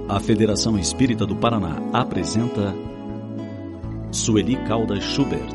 A Federação Espírita do Paraná apresenta Sueli Caldas Schubert.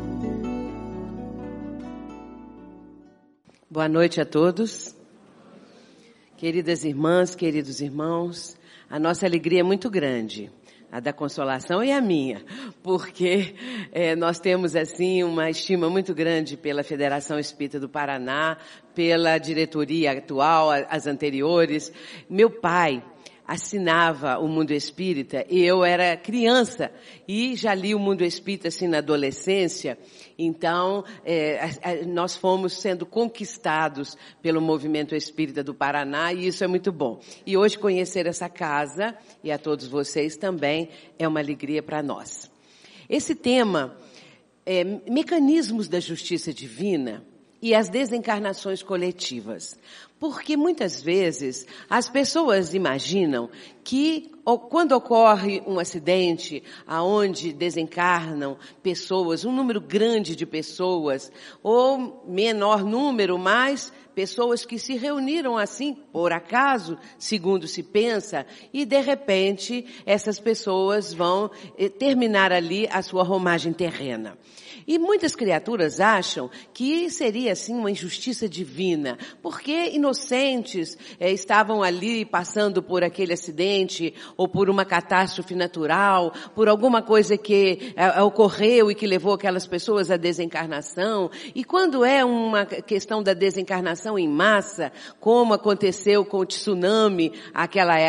Boa noite a todos. Queridas irmãs, queridos irmãos, a nossa alegria é muito grande, a da Consolação e a minha, porque nós temos assim uma estima muito grande pela Federação Espírita do Paraná, pela diretoria atual, as anteriores. Meu pai assinava o Mundo Espírita e eu era criança e já li o Mundo Espírita assim na adolescência. Então, nós fomos sendo conquistados pelo movimento espírita do Paraná e isso é muito bom. E hoje conhecer essa casa e a todos vocês também é uma alegria para nós. Esse tema, mecanismos da justiça divina e as desencarnações coletivas. Porque muitas vezes as pessoas imaginam que quando ocorre um acidente aonde desencarnam pessoas, um número grande de pessoas, ou menor número, mas pessoas que se reuniram assim, por acaso, segundo se pensa, e de repente essas pessoas vão terminar ali a sua romagem terrena. E muitas criaturas acham que seria assim uma injustiça divina, porque inocentes estavam ali passando por aquele acidente ou por uma catástrofe natural, por alguma coisa que ocorreu e que levou aquelas pessoas à desencarnação. E quando é uma questão da desencarnação em massa, como aconteceu com o tsunami, há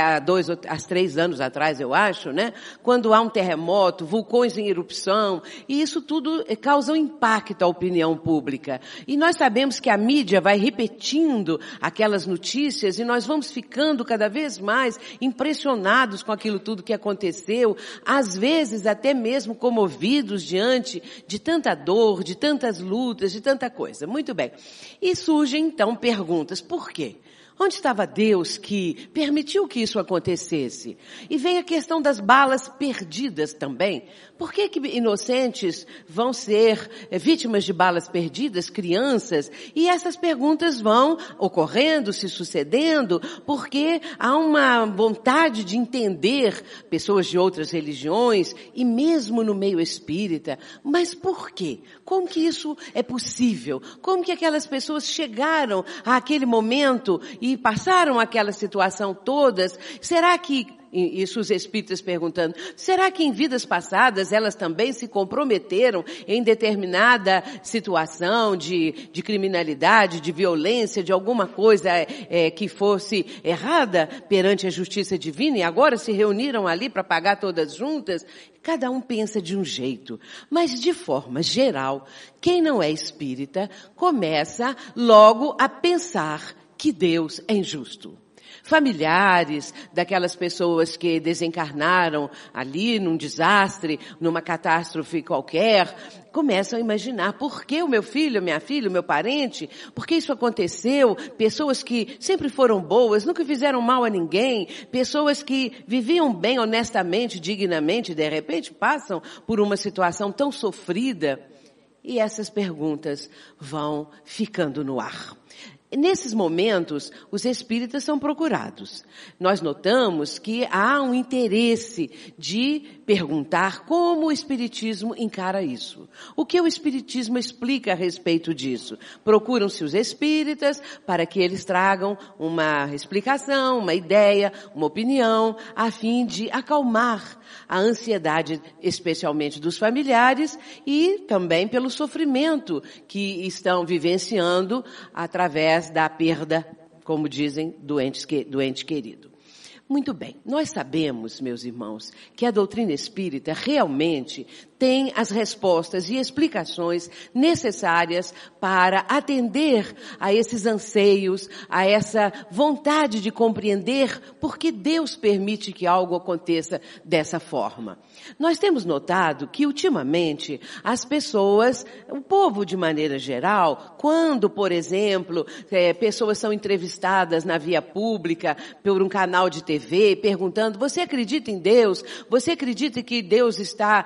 3 anos atrás, eu acho, né? Quando há um terremoto, vulcões em erupção, e isso tudo causa um impacto à opinião pública. E nós sabemos que a mídia vai repetindo aquelas notícias e nós vamos ficando cada vez mais impressionados com aquilo tudo que aconteceu, às vezes até mesmo comovidos diante de tanta dor, de tantas lutas, de tanta coisa. Muito bem. E surgem então perguntas. Por quê? Onde estava Deus que permitiu que isso acontecesse? E vem a questão das balas perdidas também. Por que inocentes vão ser vítimas de balas perdidas, crianças? E essas perguntas vão ocorrendo, se sucedendo, porque há uma vontade de entender pessoas de outras religiões e mesmo no meio espírita. Mas por quê? Como que isso é possível? Como que aquelas pessoas chegaram àquele momento e passaram aquela situação todas? Será que, isso os espíritas perguntando, será que em vidas passadas elas também se comprometeram em determinada situação de criminalidade, de violência, de alguma coisa que fosse errada perante a justiça divina e agora se reuniram ali para pagar todas juntas? Cada um pensa de um jeito, mas de forma geral, quem não é espírita começa logo a pensar que Deus é injusto. Familiares daquelas pessoas que desencarnaram ali num desastre, numa catástrofe qualquer, começam a imaginar por que o meu filho, minha filha, o meu parente, por que isso aconteceu? Pessoas que sempre foram boas, nunca fizeram mal a ninguém, pessoas que viviam bem, honestamente, dignamente, de repente passam por uma situação tão sofrida. E essas perguntas vão ficando no ar. Nesses momentos, os espíritas são procurados. Nós notamos que há um interesse de perguntar como o espiritismo encara isso. O que o espiritismo explica a respeito disso? Procuram-se os espíritas para que eles tragam uma explicação, uma ideia, uma opinião, a fim de acalmar a ansiedade, especialmente dos familiares e também pelo sofrimento que estão vivenciando através da perda, como dizem, do ente querido. Muito bem, nós sabemos, meus irmãos, que a doutrina espírita realmente tem as respostas e explicações necessárias para atender a esses anseios, a essa vontade de compreender por que Deus permite que algo aconteça dessa forma. Nós temos notado que, ultimamente, as pessoas, o povo de maneira geral, quando, por exemplo, pessoas são entrevistadas na via pública por um canal de TV, perguntando, você acredita em Deus? Você acredita que Deus está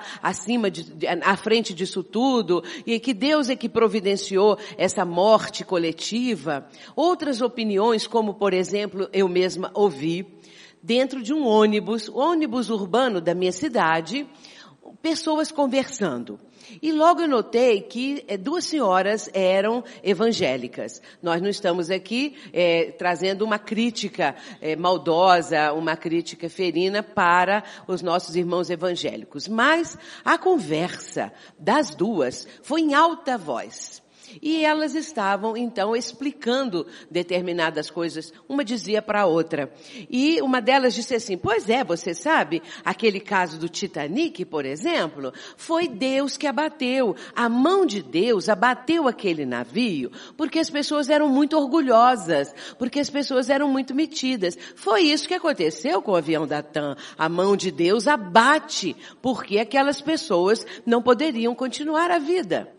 à frente disso tudo? E que Deus é que providenciou essa morte coletiva? Outras opiniões, como, por exemplo, eu mesma ouvi, dentro de um ônibus urbano da minha cidade, pessoas conversando. E logo eu notei que 2 senhoras eram evangélicas. Nós não estamos aqui trazendo uma crítica maldosa, uma crítica ferina para os nossos irmãos evangélicos. Mas a conversa das duas foi em alta voz. E elas estavam, então, explicando determinadas coisas. Uma dizia para a outra. E uma delas disse assim, pois é, você sabe, aquele caso do Titanic, por exemplo, foi Deus que abateu. A mão de Deus abateu aquele navio porque as pessoas eram muito orgulhosas, porque as pessoas eram muito metidas. Foi isso que aconteceu com o avião da TAM. A mão de Deus abate porque aquelas pessoas não poderiam continuar a vida.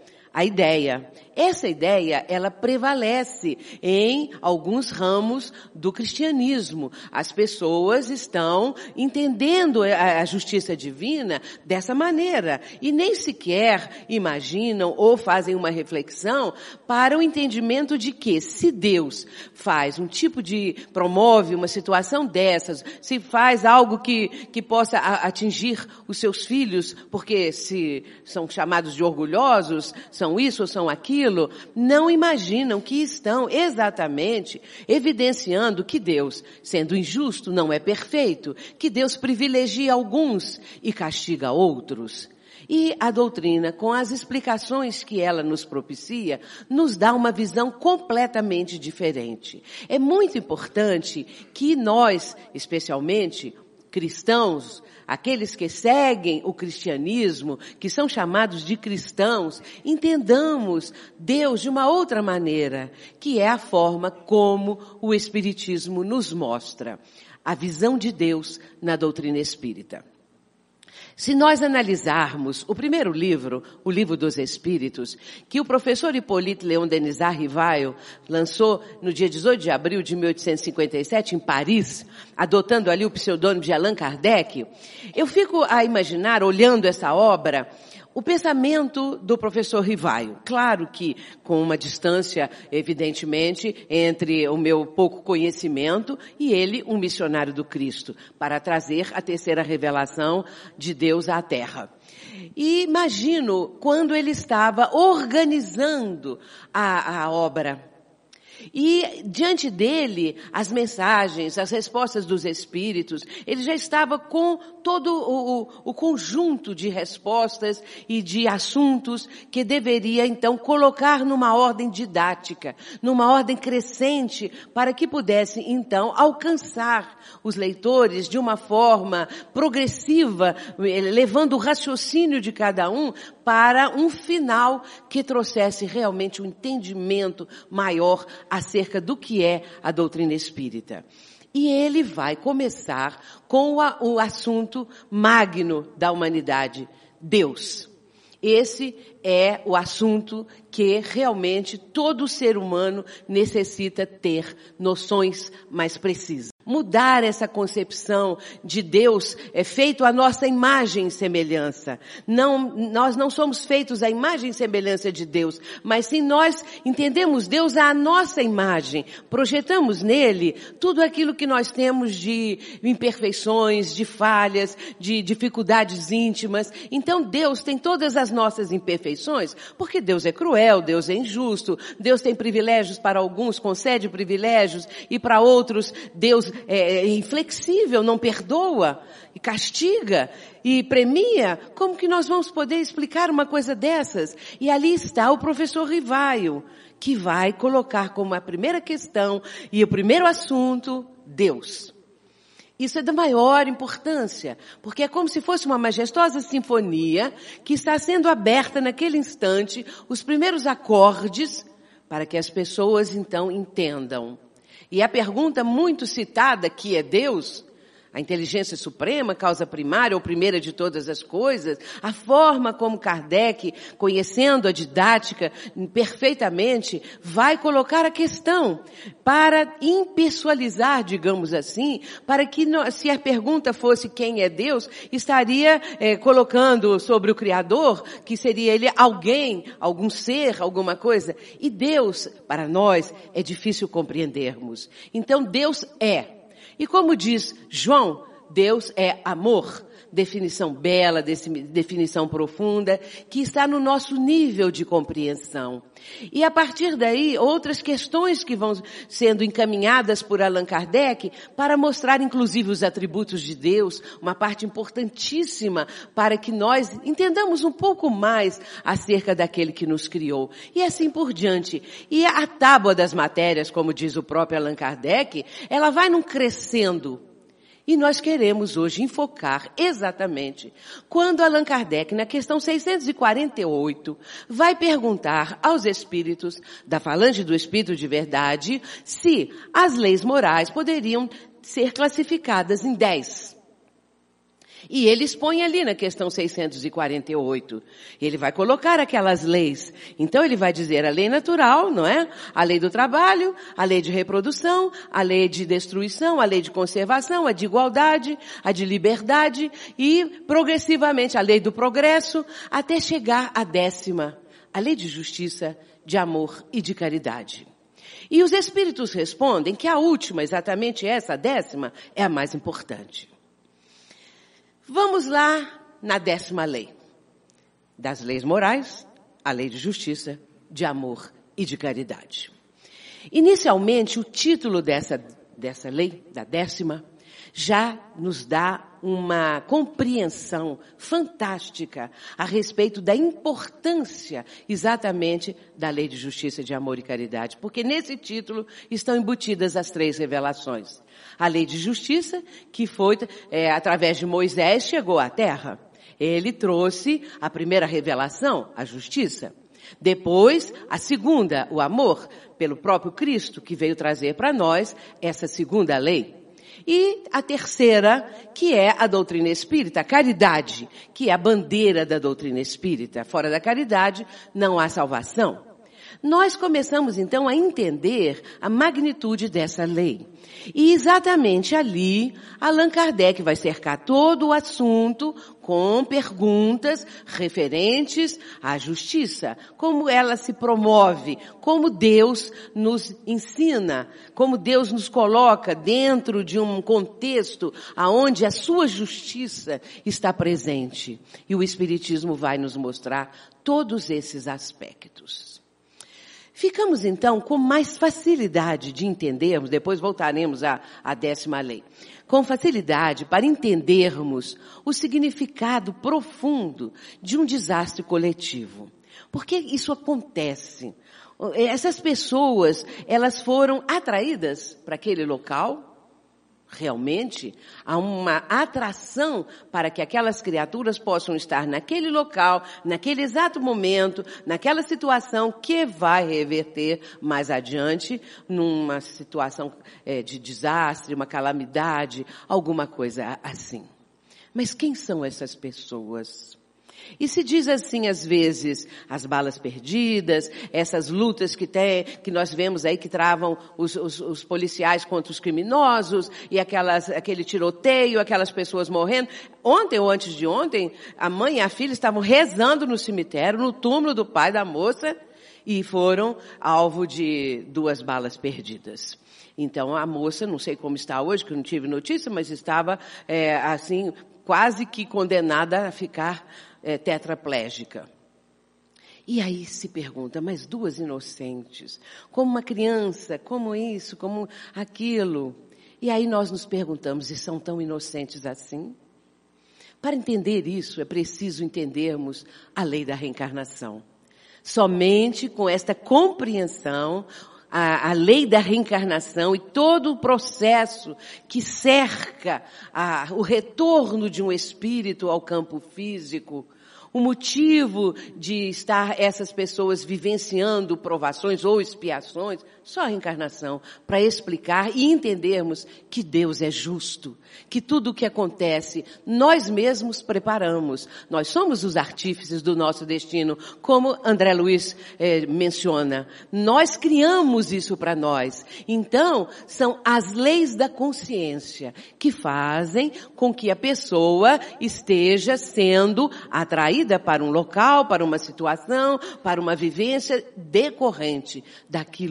Essa ideia, ela prevalece em alguns ramos do cristianismo. As pessoas estão entendendo a justiça divina dessa maneira e nem sequer imaginam ou fazem uma reflexão para o entendimento de que se Deus faz promove uma situação dessas, se faz algo que possa atingir os seus filhos, porque se são chamados de orgulhosos, são isso ou são aquilo, não imaginam que estão exatamente evidenciando que Deus, sendo injusto, não é perfeito, que Deus privilegia alguns e castiga outros. E a doutrina, com as explicações que ela nos propicia, nos dá uma visão completamente diferente. É muito importante que nós, especialmente cristãos, aqueles que seguem o cristianismo, que são chamados de cristãos, entendamos Deus de uma outra maneira, que é a forma como o Espiritismo nos mostra a visão de Deus na doutrina espírita. Se nós analisarmos o primeiro livro, o Livro dos Espíritos, que o professor Hippolyte Léon Denisard Rivail lançou no dia 18 de abril de 1857 em Paris, adotando ali o pseudônimo de Allan Kardec, eu fico a imaginar, olhando essa obra, o pensamento do professor Rivail. Claro que com uma distância, evidentemente, entre o meu pouco conhecimento e ele, um missionário do Cristo, para trazer a terceira revelação de Deus à Terra. E imagino quando ele estava organizando a obra. E diante dele, as mensagens, as respostas dos Espíritos, ele já estava com todo o conjunto de respostas e de assuntos que deveria então colocar numa ordem didática, numa ordem crescente, para que pudesse então alcançar os leitores de uma forma progressiva, levando o raciocínio de cada um para um final que trouxesse realmente um entendimento maior acerca do que é a doutrina espírita. E ele vai começar com o assunto magno da humanidade, Deus. Esse é o assunto que realmente todo ser humano necessita ter noções mais precisas. Mudar essa concepção de Deus é feito à nossa imagem e semelhança. Nós não somos feitos à imagem e semelhança de Deus, mas sim nós entendemos Deus à nossa imagem. Projetamos nele tudo aquilo que nós temos de imperfeições, de falhas, de dificuldades íntimas. Então Deus tem todas as nossas imperfeições, porque Deus é cruel, Deus é injusto, Deus tem privilégios para alguns, concede privilégios, e para outros Deus é inflexível, não perdoa, e castiga, e premia. Como que nós vamos poder explicar uma coisa dessas? E ali está o professor Rivail, que vai colocar como a primeira questão e o primeiro assunto, Deus. Isso é da maior importância, porque é como se fosse uma majestosa sinfonia que está sendo aberta naquele instante, os primeiros acordes, para que as pessoas então entendam. E a pergunta muito citada, que é Deus, a inteligência suprema, causa primária ou primeira de todas as coisas, a forma como Kardec, conhecendo a didática perfeitamente, vai colocar a questão para impessoalizar, digamos assim, para que se a pergunta fosse quem é Deus, estaria colocando sobre o Criador, que seria ele alguém, algum ser, alguma coisa. E Deus, para nós, é difícil compreendermos. Então Deus é. E como diz João, Deus é amor. Definição bela, definição profunda, que está no nosso nível de compreensão. E a partir daí, outras questões que vão sendo encaminhadas por Allan Kardec para mostrar inclusive os atributos de Deus, uma parte importantíssima para que nós entendamos um pouco mais acerca daquele que nos criou. E assim por diante. E a tábua das matérias, como diz o próprio Allan Kardec, ela vai num crescendo. E nós queremos hoje enfocar exatamente quando Allan Kardec, na questão 648, vai perguntar aos espíritos da falange do Espírito de Verdade se as leis morais poderiam ser classificadas em 10. E ele expõe ali na questão 648. Ele vai colocar aquelas leis. Então ele vai dizer a lei natural, não é? A lei do trabalho, a lei de reprodução, a lei de destruição, a lei de conservação, a de igualdade, a de liberdade e progressivamente a lei do progresso, até chegar à 10ª, a lei de justiça, de amor e de caridade. E os espíritos respondem que a última, exatamente essa, a 10ª, é a mais importante. Vamos lá na 10ª lei. Das leis morais, a lei de justiça, de amor e de caridade. Inicialmente, o título dessa lei, da 10ª, já nos dá uma compreensão fantástica a respeito da importância exatamente da lei de justiça, de amor e caridade. Porque nesse título estão embutidas as 3 revelações. A lei de justiça, que foi, através de Moisés, chegou à terra. Ele trouxe a primeira revelação, a justiça. Depois, a segunda, o amor, pelo próprio Cristo, que veio trazer para nós essa segunda lei. E a terceira, que é a doutrina espírita, a caridade, que é a bandeira da doutrina espírita. Fora da caridade, não há salvação. Nós começamos então a entender a magnitude dessa lei. E exatamente ali, Allan Kardec vai cercar todo o assunto com perguntas referentes à justiça. Como ela se promove, como Deus nos ensina, como Deus nos coloca dentro de um contexto aonde a sua justiça está presente. E o Espiritismo vai nos mostrar todos esses aspectos. Ficamos, então, com mais facilidade de entendermos, depois voltaremos à 10ª lei, com facilidade para entendermos o significado profundo de um desastre coletivo. Por que isso acontece? Essas pessoas, elas foram atraídas para aquele local. Realmente, há uma atração para que aquelas criaturas possam estar naquele local, naquele exato momento, naquela situação que vai reverter mais adiante numa situação de desastre, uma calamidade, alguma coisa assim. Mas quem são essas pessoas? E se diz assim, às vezes, as balas perdidas, essas lutas que nós vemos aí que travam os policiais contra os criminosos, e aquele tiroteio, aquelas pessoas morrendo. Ontem ou antes de ontem, a mãe e a filha estavam rezando no cemitério, no túmulo do pai da moça, e foram alvo de 2 balas perdidas. Então a moça, não sei como está hoje, que eu não tive notícia, mas estava assim, quase que condenada a ficar tetraplégica. E aí se pergunta, mas 2 inocentes, como uma criança, como isso, como aquilo. E aí nós nos perguntamos, e são tão inocentes assim? Para entender isso, é preciso entendermos a lei da reencarnação. Somente com esta compreensão, a lei da reencarnação e todo o processo que cerca o retorno de um espírito ao campo físico, o motivo de estar essas pessoas vivenciando provações ou expiações, só a reencarnação, para explicar e entendermos que Deus é justo, que tudo o que acontece, nós mesmos preparamos. Nós somos os artífices do nosso destino, como André Luiz menciona. Nós criamos isso para nós. Então, são as leis da consciência que fazem com que a pessoa esteja sendo atraída para um local, para uma situação, para uma vivência decorrente daquilo que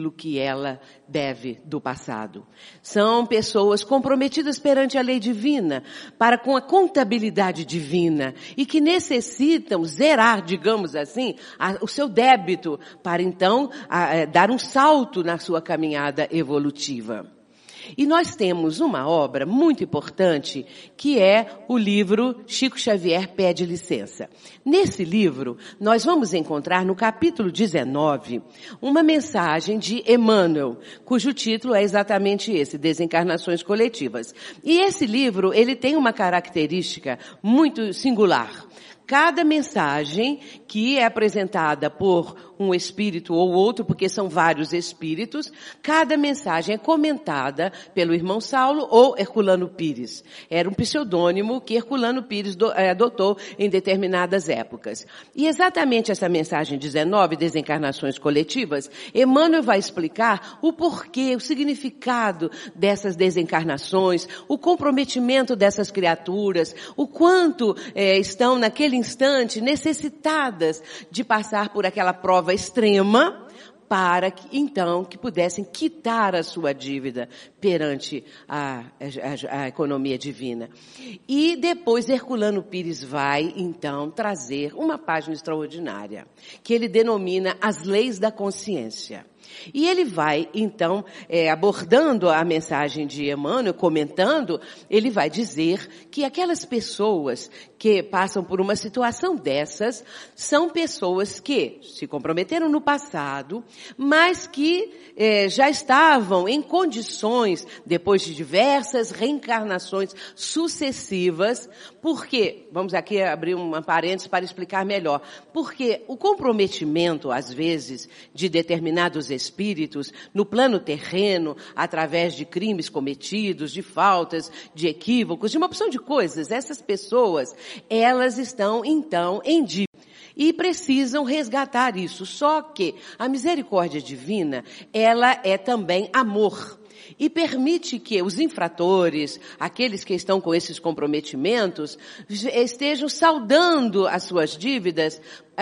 ela deve do passado. São pessoas comprometidas perante a lei divina, para com a contabilidade divina, e que necessitam zerar, digamos assim, o seu débito, para então dar um salto na sua caminhada evolutiva. E nós temos uma obra muito importante, que é o livro Chico Xavier Pede Licença. Nesse livro, nós vamos encontrar no capítulo 19, uma mensagem de Emmanuel, cujo título é exatamente esse, Desencarnações Coletivas. E esse livro, ele tem uma característica muito singular. Cada mensagem que é apresentada por um espírito ou outro, porque são vários espíritos, cada mensagem é comentada pelo irmão Saulo ou Herculano Pires. Era um pseudônimo que Herculano Pires adotou em determinadas épocas. E exatamente essa mensagem 19, Desencarnações Coletivas, Emmanuel vai explicar o porquê, o significado dessas desencarnações, o comprometimento dessas criaturas, o quanto estão naquele instante necessitadas de passar por aquela prova extrema para que, então, que pudessem quitar a sua dívida perante a economia divina. E depois Herculano Pires vai, então, trazer uma página extraordinária, que ele denomina As Leis da Consciência. E ele vai, então, abordando a mensagem de Emmanuel, comentando, ele vai dizer que aquelas pessoas que passam por uma situação dessas são pessoas que se comprometeram no passado, mas que já estavam em condições, depois de diversas reencarnações sucessivas, porque, vamos aqui abrir uma parênteses para explicar melhor, porque o comprometimento, às vezes, de determinados espíritos no plano terreno, através de crimes cometidos, de faltas, de equívocos, de uma opção de coisas, essas pessoas, elas estão, então, em dívida. E precisam resgatar isso. Só que a misericórdia divina, ela é também amor. E permite que os infratores, aqueles que estão com esses comprometimentos, estejam saldando as suas dívidas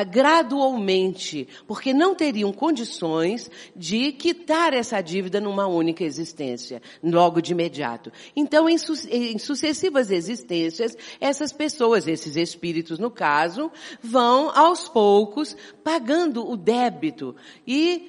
gradualmente, porque não teriam condições de quitar essa dívida numa única existência, logo de imediato. Então, em sucessivas existências, essas pessoas, esses espíritos no caso, vão aos poucos pagando o débito e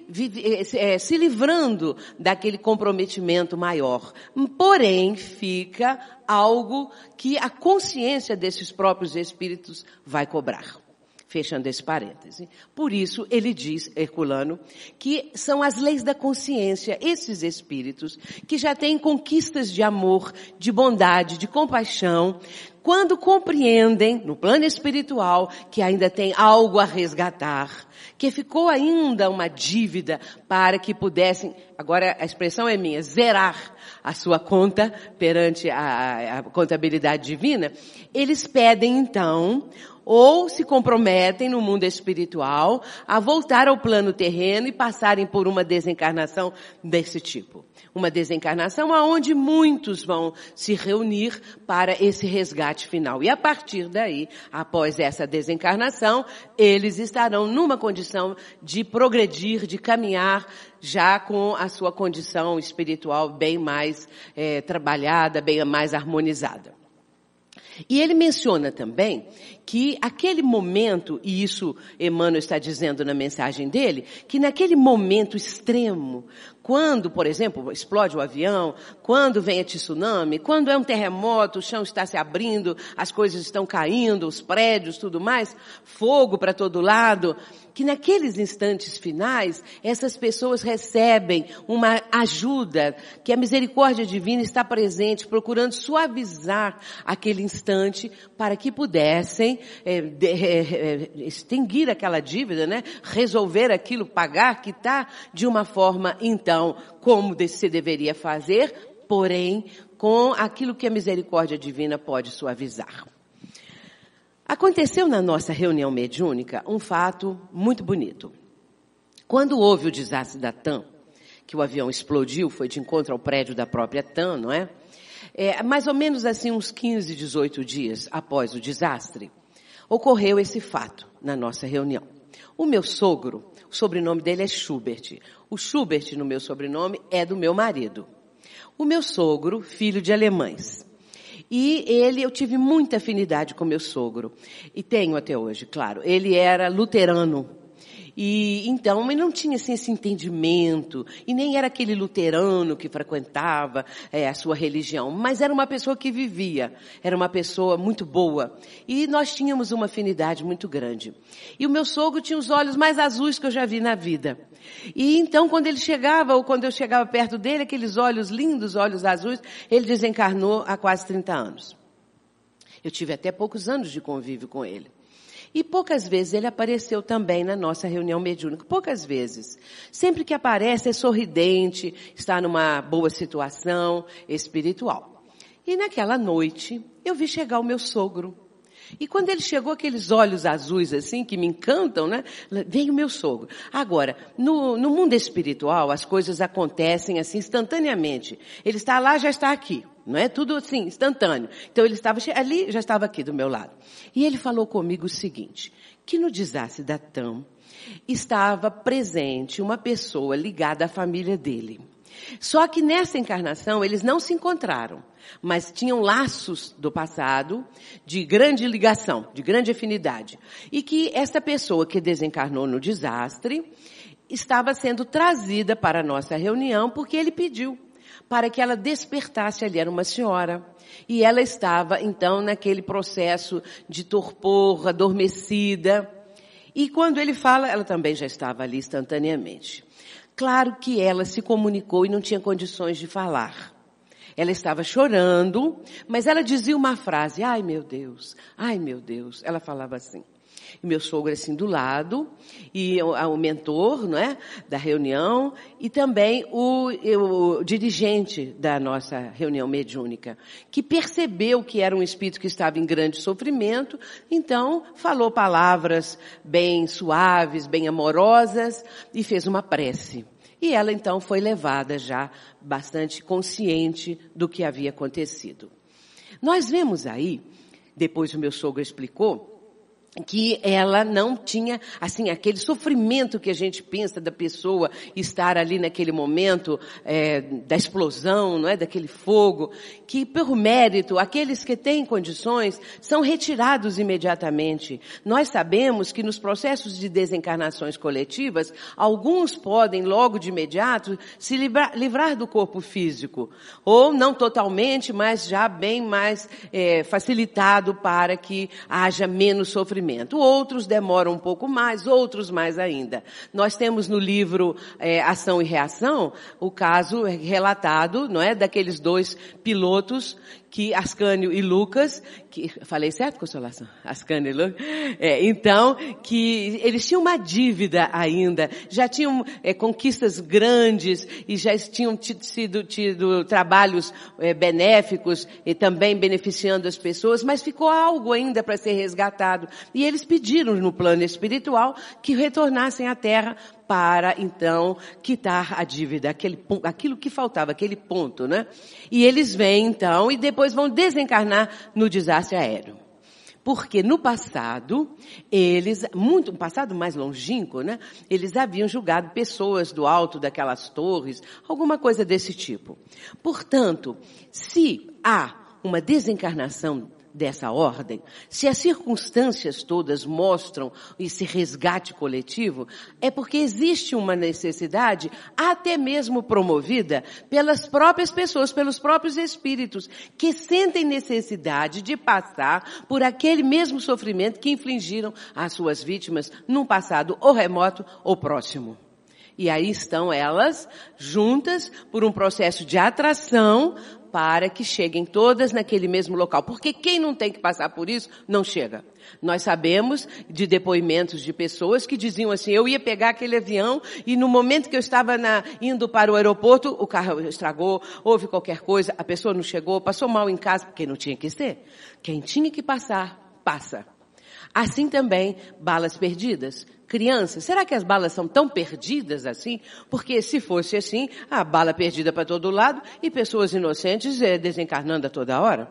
se livrando daquele comprometimento maior. Porém, fica algo que a consciência desses próprios espíritos vai cobrar. Fechando esse parêntese. Por isso, ele diz, Herculano, que são as leis da consciência, esses espíritos, que já têm conquistas de amor, de bondade, de compaixão, quando compreendem, no plano espiritual, que ainda tem algo a resgatar, que ficou ainda uma dívida para que pudessem, agora a expressão é minha, zerar a sua conta perante a contabilidade divina, eles pedem então, ou se comprometem no mundo espiritual a voltar ao plano terreno e passarem por uma desencarnação desse tipo. Uma desencarnação aonde muitos vão se reunir para esse resgate final. E a partir daí, após essa desencarnação, eles estarão numa condição de progredir, de caminhar já com a sua condição espiritual bem mais trabalhada, bem mais harmonizada. E ele menciona também que aquele momento, e isso Emmanuel está dizendo na mensagem dele, que naquele momento extremo, quando, por exemplo, explode o avião, quando vem a tsunami, quando é um terremoto, o chão está se abrindo, as coisas estão caindo, os prédios, tudo mais, fogo para todo lado, que naqueles instantes finais, essas pessoas recebem uma ajuda, que a misericórdia divina está presente, procurando suavizar aquele instante para que pudessem extinguir aquela dívida, né? Resolver aquilo, pagar, quitar de uma forma, então, como se deveria fazer, porém, com aquilo que a misericórdia divina pode suavizar. Aconteceu na nossa reunião mediúnica um fato muito bonito. Quando houve o desastre da TAM, que o avião explodiu, foi de encontro ao prédio da própria TAM, não é? Mais ou menos assim uns 15, 18 dias após o desastre, ocorreu esse fato na nossa reunião. O meu sogro, o sobrenome dele é Schubert. O Schubert, no meu sobrenome, é do meu marido. O meu sogro, filho de alemães. E eu tive muita afinidade com meu sogro. E tenho até hoje, claro. Ele era luterano. E então, mas não tinha assim, esse entendimento, e nem era aquele luterano que frequentava a sua religião, mas era uma pessoa que vivia, era uma pessoa muito boa. E nós tínhamos uma afinidade muito grande. E o meu sogro tinha os olhos mais azuis que eu já vi na vida. E então, quando ele chegava, ou quando eu chegava perto dele, aqueles olhos lindos, olhos azuis, ele desencarnou há quase 30 anos. Eu tive até poucos anos de convívio com ele. E poucas vezes ele apareceu também na nossa reunião mediúnica. Poucas vezes. Sempre que aparece é sorridente, está numa boa situação espiritual. E naquela noite eu vi chegar o meu sogro. E quando ele chegou, aqueles olhos azuis assim, que me encantam, né? Veio o meu sogro. Agora, no mundo espiritual, as coisas acontecem assim instantaneamente. Ele está lá, já está aqui. Não é tudo assim, instantâneo. Então ele estava ali, já estava aqui do meu lado. E ele falou comigo o seguinte, que no desastre da TAM estava presente uma pessoa ligada à família dele. Só que nessa encarnação eles não se encontraram, mas tinham laços do passado de grande ligação, de grande afinidade. E que essa pessoa que desencarnou no desastre estava sendo trazida para a nossa reunião porque ele pediu para que ela despertasse ali. Era uma senhora. E ela estava, então, naquele processo de torpor, adormecida. E quando ele fala, ela também já estava ali instantaneamente. Claro que ela se comunicou e não tinha condições de falar. Ela estava chorando, mas ela dizia uma frase, ai meu Deus, ela falava assim. E meu sogro assim do lado, e o mentor, não é, da reunião, e também o dirigente da nossa reunião mediúnica, que percebeu que era um espírito que estava em grande sofrimento, então falou palavras bem suaves, bem amorosas, e fez uma prece. E ela então foi levada já bastante consciente do que havia acontecido. Nós vemos aí, depois o meu sogro explicou, que ela não tinha, assim, aquele sofrimento que a gente pensa da pessoa estar ali naquele momento da explosão, não é, daquele fogo, que por mérito, aqueles que têm condições são retirados imediatamente. Nós sabemos que nos processos de desencarnações coletivas, alguns podem logo de imediato se livrar do corpo físico, ou não totalmente, mas já bem mais facilitado para que haja menos sofrimento. Outros demoram um pouco mais, outros mais ainda. Nós temos no livro Ação e Reação o caso relatado, não é, daqueles dois pilotos, que Ascânio e Lucas, que falei certo, Consolação? Ascânio e Lucas? Então, que eles tinham uma dívida ainda, já tinham conquistas grandes e já tinham tido trabalhos benéficos e também beneficiando as pessoas, mas ficou algo ainda para ser resgatado. E eles pediram no plano espiritual que retornassem à Terra para, então, quitar a dívida, aquilo que faltava, aquele ponto, né? E eles vêm, então, e depois vão desencarnar no desastre aéreo. Porque no passado, um passado mais longínquo, né? Eles haviam julgado pessoas do alto daquelas torres, alguma coisa desse tipo. Portanto, se há uma desencarnação dessa ordem, se as circunstâncias todas mostram esse resgate coletivo, é porque existe uma necessidade, até mesmo promovida pelas próprias pessoas, pelos próprios espíritos, que sentem necessidade de passar por aquele mesmo sofrimento que infligiram às suas vítimas num passado ou remoto ou próximo. E aí estão elas juntas por um processo de atração para que cheguem todas naquele mesmo local. Porque quem não tem que passar por isso, não chega. Nós sabemos de depoimentos de pessoas que diziam assim, eu ia pegar aquele avião e no momento que eu estava indo para o aeroporto, o carro estragou, houve qualquer coisa, a pessoa não chegou, passou mal em casa, porque não tinha que ser. Quem tinha que passar, passa. Assim também, balas perdidas. Crianças, será que as balas são tão perdidas assim? Porque se fosse assim, a bala perdida para todo lado e pessoas inocentes desencarnando a toda hora.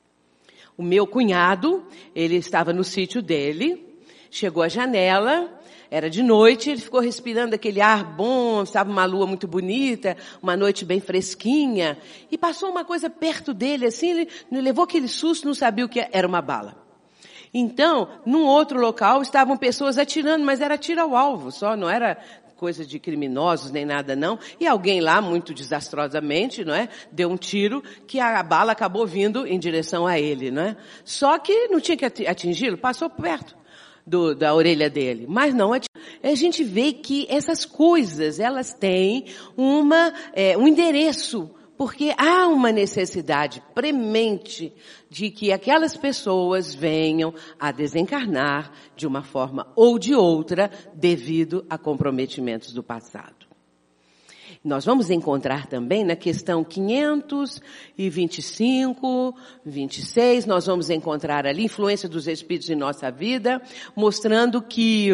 O meu cunhado, ele estava no sítio dele, chegou à janela Era de noite, ele ficou respirando aquele ar bom, estava uma lua muito bonita, uma noite bem fresquinha, e passou uma coisa perto dele, assim, ele levou aquele susto, não sabia o que era uma bala. Então, num outro local, estavam pessoas atirando, mas era tiro ao alvo só, não era coisa de criminosos nem nada não. E alguém lá, muito desastrosamente, não é? Deu um tiro que a bala acabou vindo em direção a ele, não é? Só que não tinha que atingi-lo, passou perto da orelha dele. Mas não atingiu. A gente vê que essas coisas, elas têm um endereço. Porque há uma necessidade premente de que aquelas pessoas venham a desencarnar de uma forma ou de outra devido a comprometimentos do passado. Nós vamos encontrar também na questão 525, 26, nós vamos encontrar ali influência dos espíritos em nossa vida, mostrando que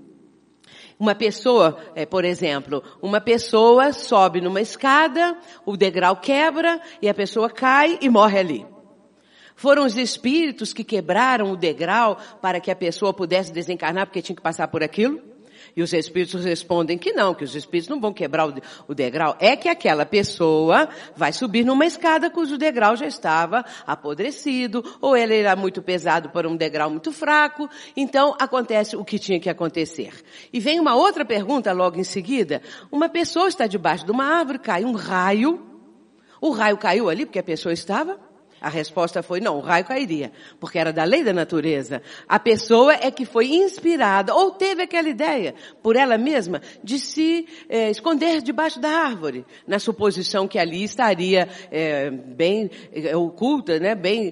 uma pessoa, por exemplo, uma pessoa sobe numa escada, o degrau quebra e a pessoa cai e morre ali. Foram os espíritos que quebraram o degrau para que a pessoa pudesse desencarnar porque tinha que passar por aquilo? E os espíritos respondem que não, que os espíritos não vão quebrar o degrau. É que aquela pessoa vai subir numa escada cujo degrau já estava apodrecido, ou ele era muito pesado para um degrau muito fraco. Então, acontece o que tinha que acontecer. E vem uma outra pergunta logo em seguida. Uma pessoa está debaixo de uma árvore, cai um raio. O raio caiu ali porque a pessoa estava? A resposta foi não, o raio cairia, porque era da lei da natureza. A pessoa é que foi inspirada, ou teve aquela ideia, por ela mesma, de se esconder debaixo da árvore, na suposição que ali estaria bem oculta, né, bem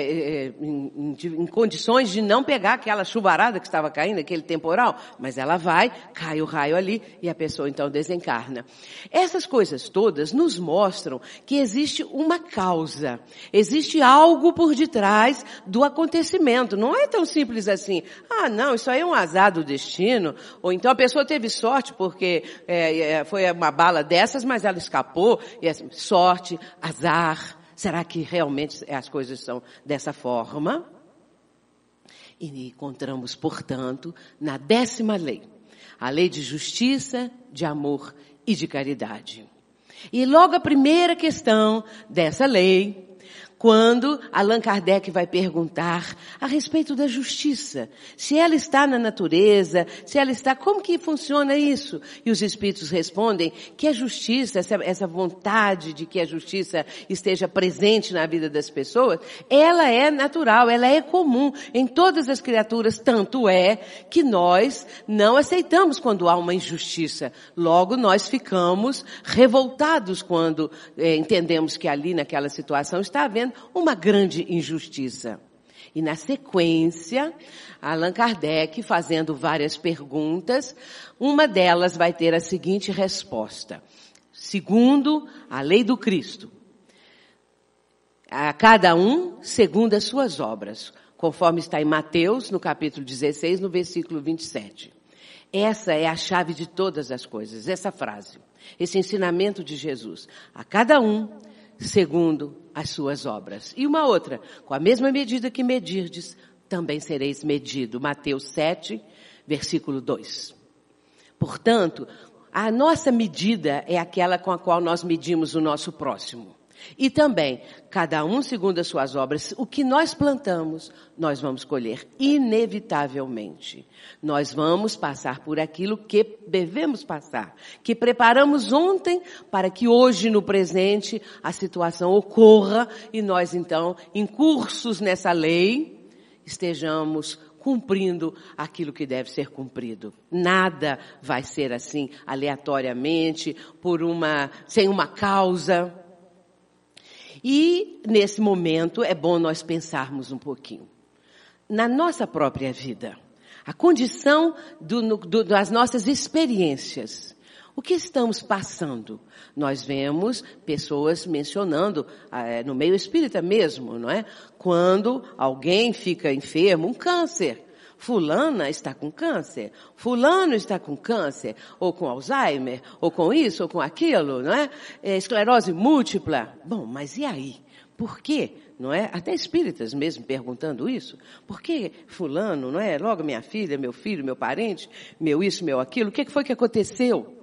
em condições de não pegar aquela chuvarada que estava caindo, aquele temporal. Mas ela vai, cai o raio ali, e a pessoa então desencarna. Essas coisas todas nos mostram que existe uma causa, existe algo por detrás do acontecimento. Não é tão simples assim. Ah, não, isso aí é um azar do destino. Ou então a pessoa teve sorte porque foi uma bala dessas, mas ela escapou. E assim, sorte, azar. Será que realmente as coisas são dessa forma? E encontramos, portanto, na 10ª lei, a lei de justiça, de amor e de caridade. E logo a primeira questão dessa lei, quando Allan Kardec vai perguntar a respeito da justiça, se ela está na natureza, se ela está, como que funciona isso? E os espíritos respondem que a justiça, essa vontade de que a justiça esteja presente na vida das pessoas, ela é natural, ela é comum em todas as criaturas, tanto é que nós não aceitamos quando há uma injustiça. Logo nós ficamos revoltados quando entendemos que ali naquela situação está havendo uma grande injustiça. E na sequência, Allan Kardec, fazendo várias perguntas, uma delas vai ter a seguinte resposta. Segundo a lei do Cristo, a cada um segundo as suas obras, conforme está em Mateus, no capítulo 16, no versículo 27. Essa é a chave de todas as coisas, essa frase, esse ensinamento de Jesus. A cada um segundo as suas obras. E uma outra, com a mesma medida que medirdes, também sereis medido. Mateus 7, versículo 2. Portanto, a nossa medida é aquela com a qual nós medimos o nosso próximo. E também, cada um segundo as suas obras, o que nós plantamos, nós vamos colher, inevitavelmente. Nós vamos passar por aquilo que devemos passar, que preparamos ontem para que hoje, no presente, a situação ocorra e nós, então, incursos nessa lei, estejamos cumprindo aquilo que deve ser cumprido. Nada vai ser assim, aleatoriamente, sem uma causa. E, nesse momento, é bom nós pensarmos um pouquinho. Na nossa própria vida, a condição das nossas experiências, o que estamos passando? Nós vemos pessoas mencionando, no meio espírita mesmo, não é? Quando alguém fica enfermo, um câncer. Fulana está com câncer, fulano está com câncer, ou com Alzheimer, ou com isso, ou com aquilo, não é? Esclerose múltipla. Bom, mas e aí? por quê? Não é? Até espíritas mesmo perguntando isso. Por que fulano, não é? Logo minha filha, meu filho, meu parente, meu isso, meu aquilo. O que foi que aconteceu?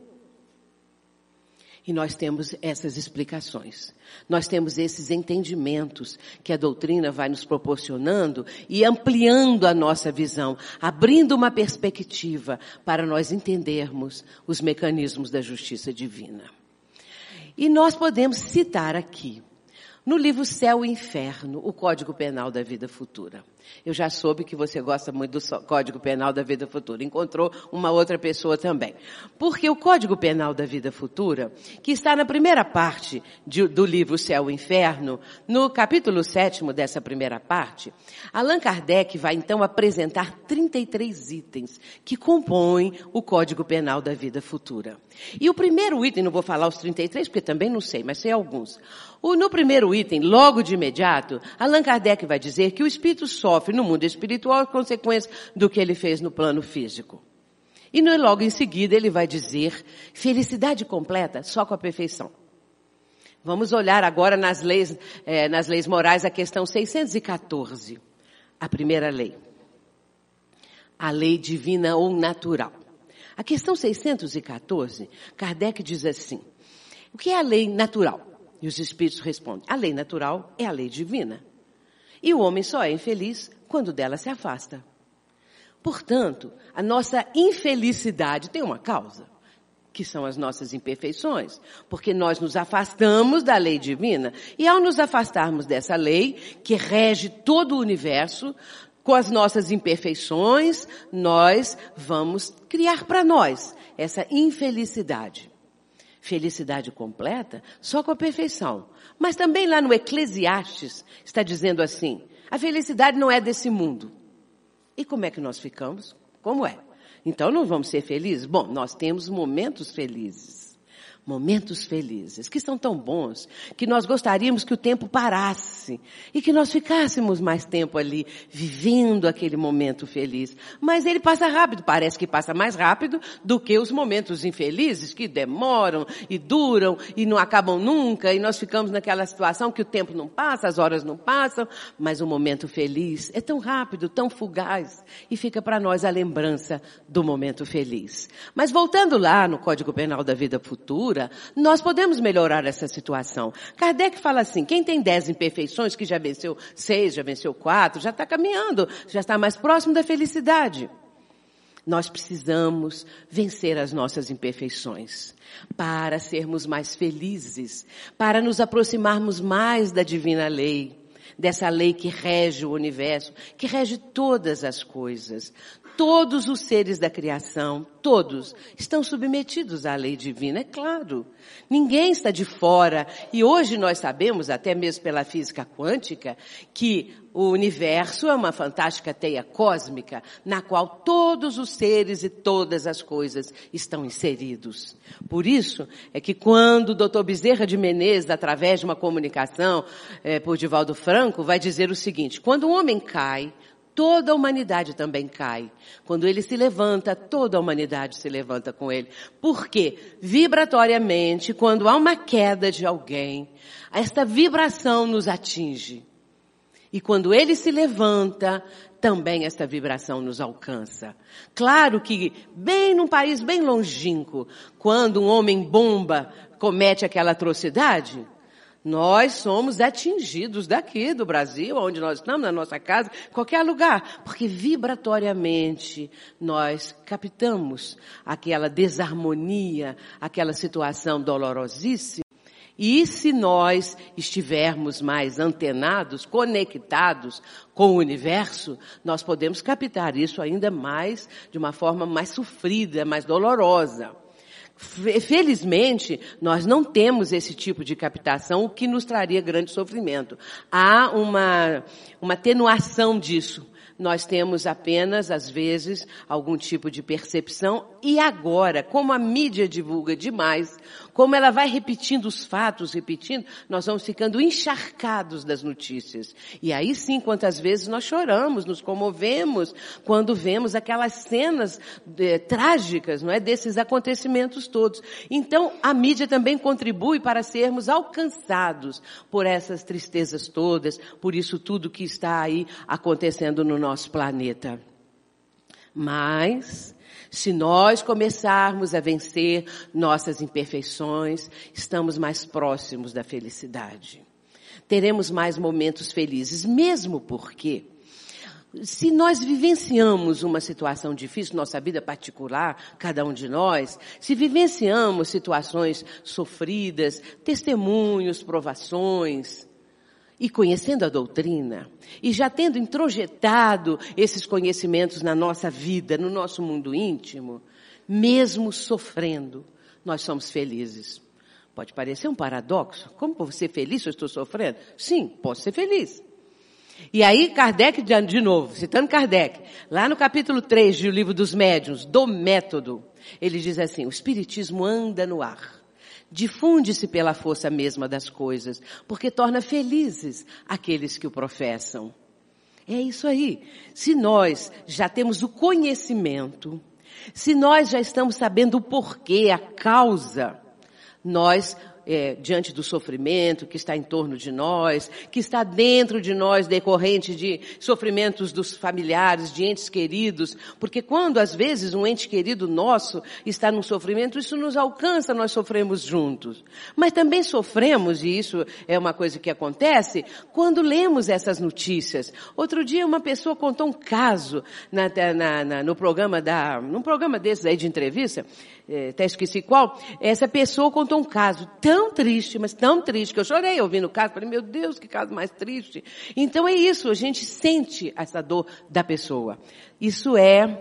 E nós temos essas explicações. Nós temos esses entendimentos que a doutrina vai nos proporcionando e ampliando a nossa visão, abrindo uma perspectiva para nós entendermos os mecanismos da justiça divina. E nós podemos citar aqui, no livro Céu e Inferno, o Código Penal da Vida Futura. Eu já soube que você gosta muito do Código Penal da Vida Futura. Encontrou uma outra pessoa também. Porque o Código Penal da Vida Futura, que está na primeira parte do livro Céu e Inferno, no capítulo 7º dessa primeira parte, Allan Kardec vai então apresentar 33 itens que compõem o Código Penal da Vida Futura. E o primeiro item, não vou falar os 33, porque também não sei, mas sei alguns. No primeiro item, logo de imediato, Allan Kardec vai dizer que o espírito sofre no mundo espiritual as consequências do que ele fez no plano físico. E logo em seguida ele vai dizer felicidade completa só com a perfeição. Vamos olhar agora nas leis morais a questão 614, a primeira lei. A lei divina ou natural. A questão 614, Kardec diz assim, o que é a lei natural? E os espíritos respondem, a lei natural é a lei divina. E o homem só é infeliz quando dela se afasta. Portanto, a nossa infelicidade tem uma causa, que são as nossas imperfeições, porque nós nos afastamos da lei divina. E ao nos afastarmos dessa lei, que rege todo o universo, com as nossas imperfeições, nós vamos criar para nós essa infelicidade. Felicidade completa só com a perfeição. Mas também lá no Eclesiastes está dizendo assim, a felicidade não é desse mundo. E como é que nós ficamos? Como é? Então não vamos ser felizes? Bom, nós temos momentos felizes. Momentos felizes, que são tão bons, que nós gostaríamos que o tempo parasse e que nós ficássemos mais tempo ali, vivendo aquele momento feliz. Mas ele passa rápido, parece que passa mais rápido do que os momentos infelizes, que demoram e duram e não acabam nunca, e nós ficamos naquela situação que o tempo não passa, as horas não passam, mas o momento feliz é tão rápido, tão fugaz, e fica para nós a lembrança do momento feliz. Mas voltando lá no Código Penal da Vida Futura, nós podemos melhorar essa situação. Kardec fala assim, quem tem 10 imperfeições, que já venceu 6, já venceu 4, já está caminhando, já está mais próximo da felicidade. Nós precisamos vencer as nossas imperfeições para sermos mais felizes, para nos aproximarmos mais da divina lei, dessa lei que rege o universo, que rege todas as coisas. Todos os seres da criação, todos, estão submetidos à lei divina, é claro. Ninguém está de fora. E hoje nós sabemos, até mesmo pela física quântica, que o universo é uma fantástica teia cósmica, na qual todos os seres e todas as coisas estão inseridos. Por isso é que quando o Dr. Bezerra de Menezes, através de uma comunicação por Divaldo Franco, vai dizer o seguinte, quando um homem cai, toda a humanidade também cai. Quando ele se levanta, toda a humanidade se levanta com ele. Porque, vibratoriamente, quando há uma queda de alguém, esta vibração nos atinge. E quando ele se levanta, também esta vibração nos alcança. Claro que, bem num país bem longínquo, quando um homem bomba comete aquela atrocidade, nós somos atingidos daqui do Brasil, onde nós estamos, na nossa casa, qualquer lugar. Porque vibratoriamente nós captamos aquela desarmonia, aquela situação dolorosíssima. E se nós estivermos mais antenados, conectados com o universo, nós podemos captar isso ainda mais, de uma forma mais sofrida, mais dolorosa. Felizmente, nós não temos esse tipo de captação, o que nos traria grande sofrimento. Há uma atenuação disso, nós temos apenas, às vezes, algum tipo de percepção. E agora, como a mídia divulga demais, como ela vai repetindo os fatos, nós vamos ficando encharcados das notícias. E aí sim, quantas vezes nós choramos, nos comovemos, quando vemos aquelas cenas trágicas, não é, desses acontecimentos todos. Então, a mídia também contribui para sermos alcançados por essas tristezas todas, por isso tudo que está aí acontecendo no nosso planeta. Mas, se nós começarmos a vencer nossas imperfeições, estamos mais próximos da felicidade. Teremos mais momentos felizes, mesmo porque, se nós vivenciamos uma situação difícil, nossa vida particular, cada um de nós, se vivenciamos situações sofridas, testemunhos, provações, e conhecendo a doutrina, e já tendo introjetado esses conhecimentos na nossa vida, no nosso mundo íntimo, mesmo sofrendo, nós somos felizes. Pode parecer um paradoxo. Como vou ser feliz se eu estou sofrendo? Sim, posso ser feliz. E aí Kardec, de novo, citando Kardec, lá no capítulo 3 do Livro dos Médiuns, do Método, ele diz assim: o Espiritismo anda no ar. Difunde-se pela força mesma das coisas, porque torna felizes aqueles que o professam. É isso aí. Se nós já temos o conhecimento, se nós já estamos sabendo o porquê, a causa, nós, diante do sofrimento que está em torno de nós, que está dentro de nós decorrente de sofrimentos dos familiares, de entes queridos, porque quando às vezes um ente querido nosso está num sofrimento, isso nos alcança, nós sofremos juntos. Mas também sofremos, e isso é uma coisa que acontece, quando lemos essas notícias. Outro dia uma pessoa contou um caso num programa desses aí de entrevista, até esqueci qual, essa pessoa contou um caso tão triste, mas tão triste, que eu chorei ouvindo o caso, falei, meu Deus, que caso mais triste. Então é isso, a gente sente essa dor da pessoa. Isso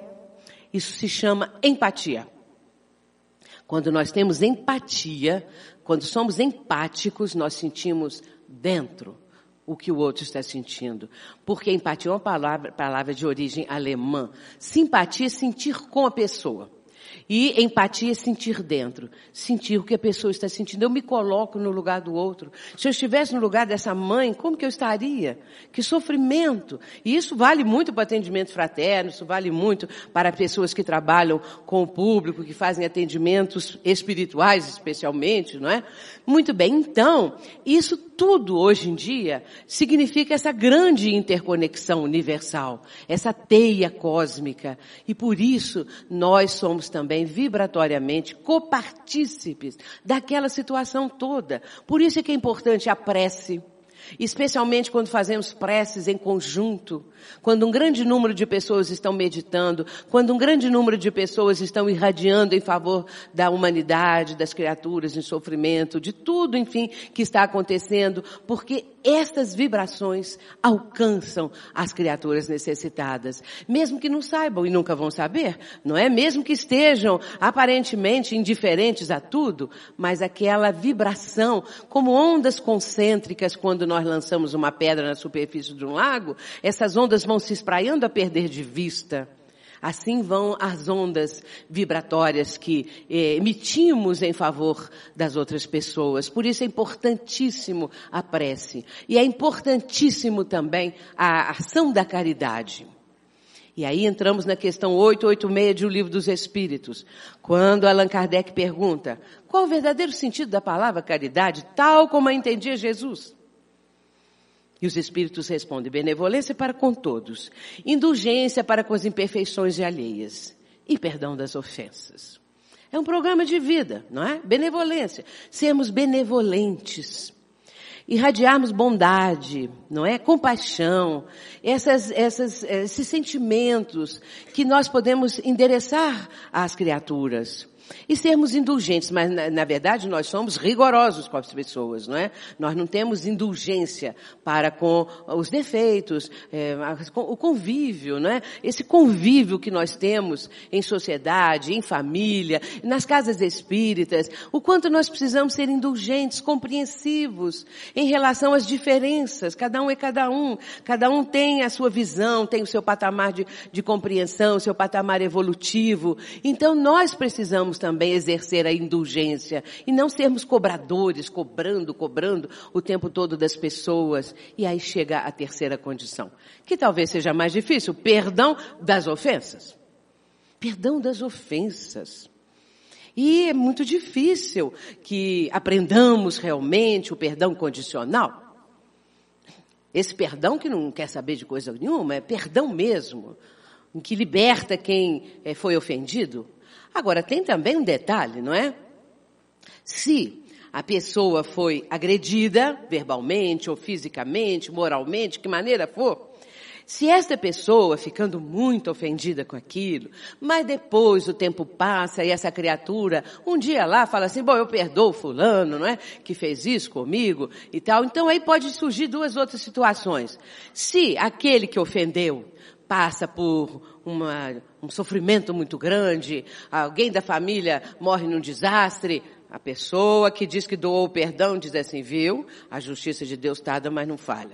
se chama empatia. Quando nós temos empatia, quando somos empáticos, nós sentimos dentro o que o outro está sentindo. Porque empatia é uma palavra de origem alemã. Simpatia é sentir com a pessoa. E empatia é sentir dentro, sentir o que a pessoa está sentindo. Eu me coloco no lugar do outro. Se eu estivesse no lugar dessa mãe, como que eu estaria? Que sofrimento! E isso vale muito para atendimento fraterno, isso vale muito para pessoas que trabalham com o público, que fazem atendimentos espirituais especialmente, não é? Muito bem, então, isso tudo hoje em dia significa essa grande interconexão universal, essa teia cósmica. E por isso nós somos também vibratoriamente copartícipes daquela situação toda. Por isso é que é importante a prece, especialmente quando fazemos preces em conjunto, quando um grande número de pessoas estão meditando, quando um grande número de pessoas estão irradiando em favor da humanidade, das criaturas em sofrimento, de tudo, enfim, que está acontecendo, porque estas vibrações alcançam as criaturas necessitadas, mesmo que não saibam e nunca vão saber, não é? Mesmo que estejam aparentemente indiferentes a tudo, mas aquela vibração, como ondas concêntricas quando nós lançamos uma pedra na superfície de um lago, essas ondas vão se espraiando a perder de vista. Assim vão as ondas vibratórias que emitimos em favor das outras pessoas. Por isso é importantíssimo a prece. E é importantíssimo também a ação da caridade. E aí entramos na questão 886 do Livro dos Espíritos, quando Allan Kardec pergunta: qual o verdadeiro sentido da palavra caridade, tal como a entendia Jesus? E os Espíritos respondem: benevolência para com todos, indulgência para com as imperfeições alheias e perdão das ofensas. É um programa de vida, não é? Benevolência. Sermos benevolentes. Irradiarmos bondade, não é? Compaixão. Esses sentimentos que nós podemos endereçar às criaturas. E sermos indulgentes, mas na verdade nós somos rigorosos com as pessoas, não é? Nós não temos indulgência para com os defeitos, o convívio, não é? Esse convívio que nós temos em sociedade, em família, nas casas espíritas, o quanto nós precisamos ser indulgentes, compreensivos em relação às diferenças, cada um é cada um tem a sua visão, tem o seu patamar de compreensão, o seu patamar evolutivo. Então nós precisamos também exercer a indulgência e não sermos cobradores, cobrando o tempo todo das pessoas. E aí chega a terceira condição, que talvez seja mais difícil, perdão das ofensas. Perdão das ofensas. E é muito difícil que aprendamos realmente o perdão condicional. Esse perdão que não quer saber de coisa nenhuma, é perdão mesmo, que liberta quem foi ofendido. Agora, tem também um detalhe, não é? Se a pessoa foi agredida, verbalmente ou fisicamente, moralmente, que maneira for, se esta pessoa, ficando muito ofendida com aquilo, mas depois o tempo passa e essa criatura, um dia lá, fala assim, bom, eu perdoo fulano, não é? Que fez isso comigo e tal. Então aí pode surgir duas outras situações. Se aquele que ofendeu passa por um sofrimento muito grande, alguém da família morre num desastre, a pessoa que diz que doou o perdão diz assim, viu? A justiça de Deus tarda, mas não falha.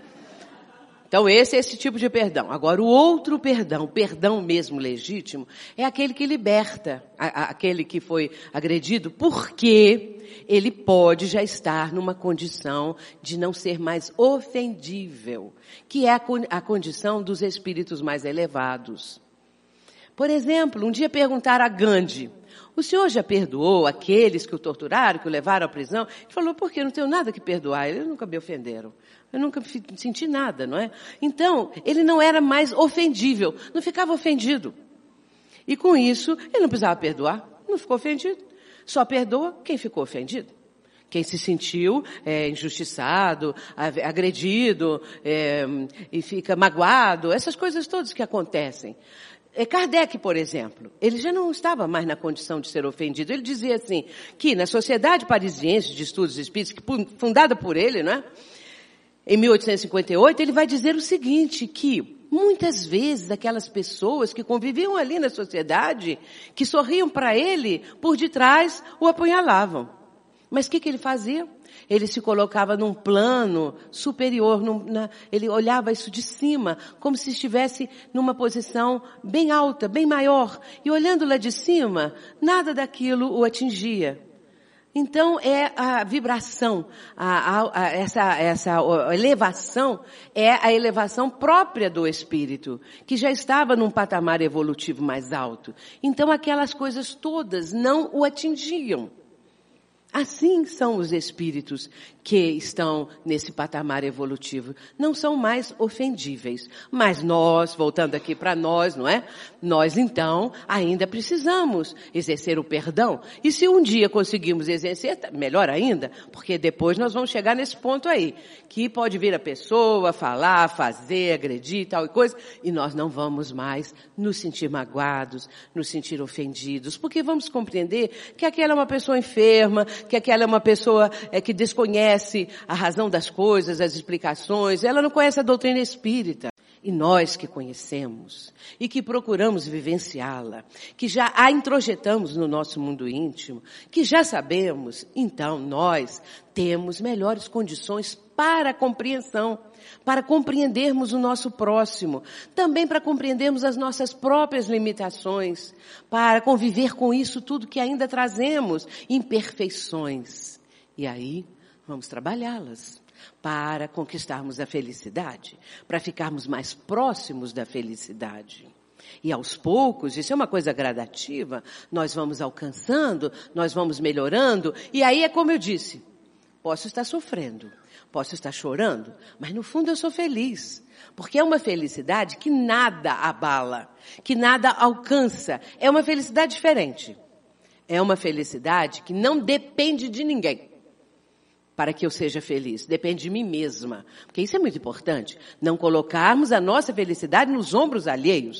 Então esse tipo de perdão. Agora o outro perdão, o perdão mesmo legítimo, é aquele que liberta aquele que foi agredido, porque ele pode já estar numa condição de não ser mais ofendível, que é a condição dos espíritos mais elevados. Por exemplo, um dia perguntaram a Gandhi, o senhor já perdoou aqueles que o torturaram, que o levaram à prisão? Ele falou, por quê? Eu não tenho nada que perdoar, eles nunca me ofenderam. Eu nunca senti nada, não é? Então, ele não era mais ofendível, não ficava ofendido. E com isso, ele não precisava perdoar, não ficou ofendido. Só perdoa quem ficou ofendido. Quem se sentiu injustiçado, agredido, e fica magoado, essas coisas todas que acontecem. Kardec, por exemplo, ele já não estava mais na condição de ser ofendido. Ele dizia assim, que na Sociedade Parisiense de Estudos Espíritas, fundada por ele, não é? Em 1858, ele vai dizer o seguinte, que muitas vezes aquelas pessoas que conviviam ali na sociedade, que sorriam para ele, por detrás o apunhalavam. Mas o que ele fazia? Ele se colocava num plano superior, ele olhava isso de cima, como se estivesse numa posição bem alta, bem maior. E olhando lá de cima, nada daquilo o atingia. Então é a vibração, essa elevação é a elevação própria do espírito, que já estava num patamar evolutivo mais alto. Então aquelas coisas todas não o atingiam. Assim são os espíritos que estão nesse patamar evolutivo. Não são mais ofendíveis. Mas nós, voltando aqui para nós, não é? Nós, então, ainda precisamos exercer o perdão. E se um dia conseguimos exercer, melhor ainda, porque depois nós vamos chegar nesse ponto aí, que pode vir a pessoa falar, fazer, agredir, tal e coisa, e nós não vamos mais nos sentir magoados, nos sentir ofendidos, porque vamos compreender que aquela é uma pessoa enferma, que aquela é uma pessoa que desconhece a razão das coisas, as explicações, ela não conhece a doutrina espírita. E nós que conhecemos e que procuramos vivenciá-la, que já a introjetamos no nosso mundo íntimo, que já sabemos, então nós temos melhores condições para a compreensão, para compreendermos o nosso próximo, também para compreendermos as nossas próprias limitações, para conviver com isso tudo que ainda trazemos, imperfeições. E aí, vamos trabalhá-las para conquistarmos a felicidade, para ficarmos mais próximos da felicidade. E aos poucos, isso é uma coisa gradativa, nós vamos alcançando, nós vamos melhorando, e aí é como eu disse, posso estar sofrendo, posso estar chorando, mas no fundo eu sou feliz, porque é uma felicidade que nada abala, que nada alcança, é uma felicidade diferente, é uma felicidade que não depende de ninguém. Para que eu seja feliz. Depende de mim mesma. Porque isso é muito importante. Não colocarmos a nossa felicidade nos ombros alheios.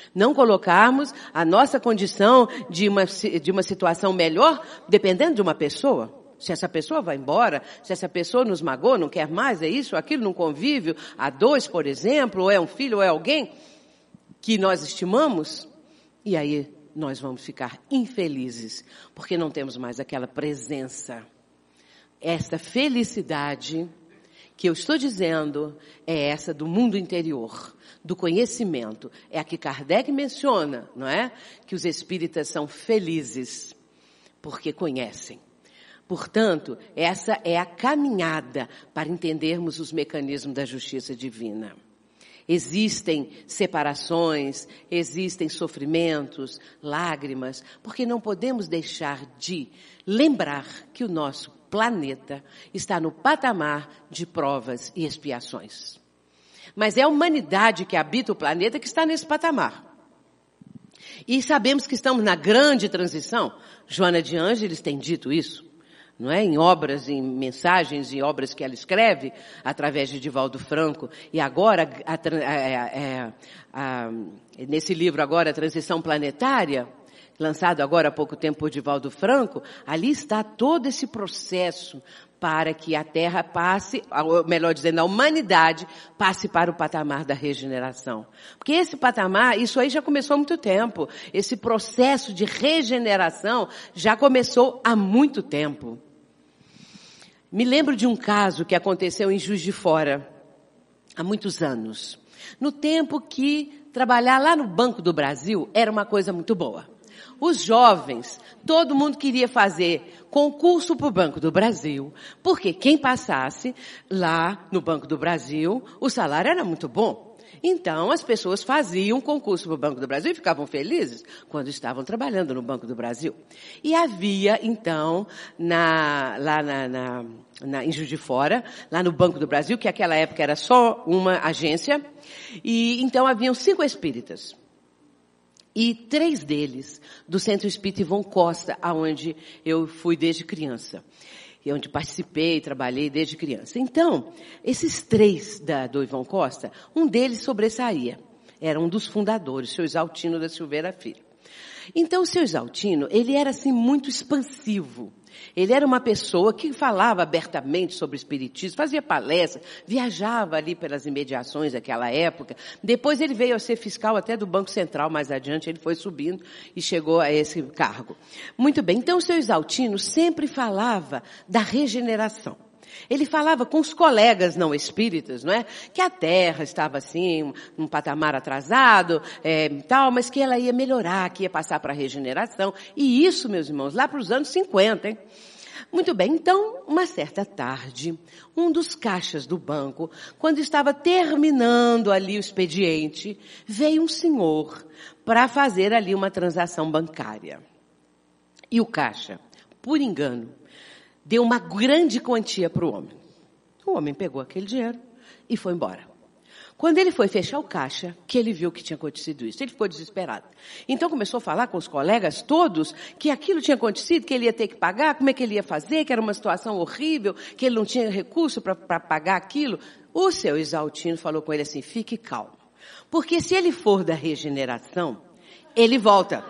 Não colocarmos a nossa condição de uma situação melhor dependendo de uma pessoa. Se essa pessoa vai embora, se essa pessoa nos magoou, não quer mais, é isso, aquilo, num convívio, a dois, por exemplo, ou é um filho, ou é alguém que nós estimamos, e aí nós vamos ficar infelizes, porque não temos mais aquela presença. Essa felicidade que eu estou dizendo é essa do mundo interior, do conhecimento. É a que Kardec menciona, não é? Que os espíritas são felizes porque conhecem. Portanto, essa é a caminhada para entendermos os mecanismos da justiça divina. Existem separações, existem sofrimentos, lágrimas, porque não podemos deixar de lembrar que o nosso planeta está no patamar de provas e expiações. Mas é a humanidade que habita o planeta que está nesse patamar. E sabemos que estamos na grande transição. Joana de Ângeles tem dito isso, não é? Em obras, em mensagens, em obras que ela escreve, através de Divaldo Franco. E agora, nesse livro agora, A Transição Planetária, lançado agora há pouco tempo por Divaldo Franco, ali está todo esse processo para que a Terra passe, ou melhor dizendo, a humanidade passe para o patamar da regeneração. Porque esse patamar, isso aí já começou há muito tempo. Esse processo de regeneração já começou há muito tempo. Me lembro de um caso que aconteceu em Juiz de Fora, há muitos anos. No tempo que trabalhar lá no Banco do Brasil era uma coisa muito boa. Os jovens, todo mundo queria fazer concurso para o Banco do Brasil, porque quem passasse lá no Banco do Brasil, o salário era muito bom. Então, as pessoas faziam concurso para o Banco do Brasil e ficavam felizes quando estavam trabalhando no Banco do Brasil. E havia, então, em Juiz de Fora, lá no Banco do Brasil, que naquela época era só uma agência, e então haviam 5 espíritas. E 3 deles, do Centro Espírita Ivon Costa, aonde eu fui desde criança. E onde participei, trabalhei desde criança. Então, esses 3 do Ivon Costa, um deles sobressaía. Era um dos fundadores, o seu Exaltino da Silveira Filho. Então, o seu Exaltino, ele era assim muito expansivo. Ele era uma pessoa que falava abertamente sobre o espiritismo, fazia palestras, viajava ali pelas imediações daquela época. Depois ele veio a ser fiscal até do Banco Central, mais adiante ele foi subindo e chegou a esse cargo. Muito bem, então o seu Exaltino sempre falava da regeneração. Ele falava com os colegas não espíritas, não é? Que a Terra estava assim, num patamar atrasado, tal, mas que ela ia melhorar, que ia passar para a regeneração. E isso, meus irmãos, lá para os anos 50, hein? Muito bem, então, uma certa tarde, um dos caixas do banco, quando estava terminando ali o expediente, veio um senhor para fazer ali uma transação bancária. E o caixa, por engano, deu uma grande quantia para o homem. O homem pegou aquele dinheiro e foi embora. Quando ele foi fechar o caixa, que ele viu que tinha acontecido isso, ele ficou desesperado. Então começou a falar com os colegas todos que aquilo tinha acontecido, que ele ia ter que pagar, como é que ele ia fazer, que era uma situação horrível, que ele não tinha recurso para pagar aquilo. O seu Exaltino falou com ele assim, fique calmo. Porque se ele for da regeneração, ele volta.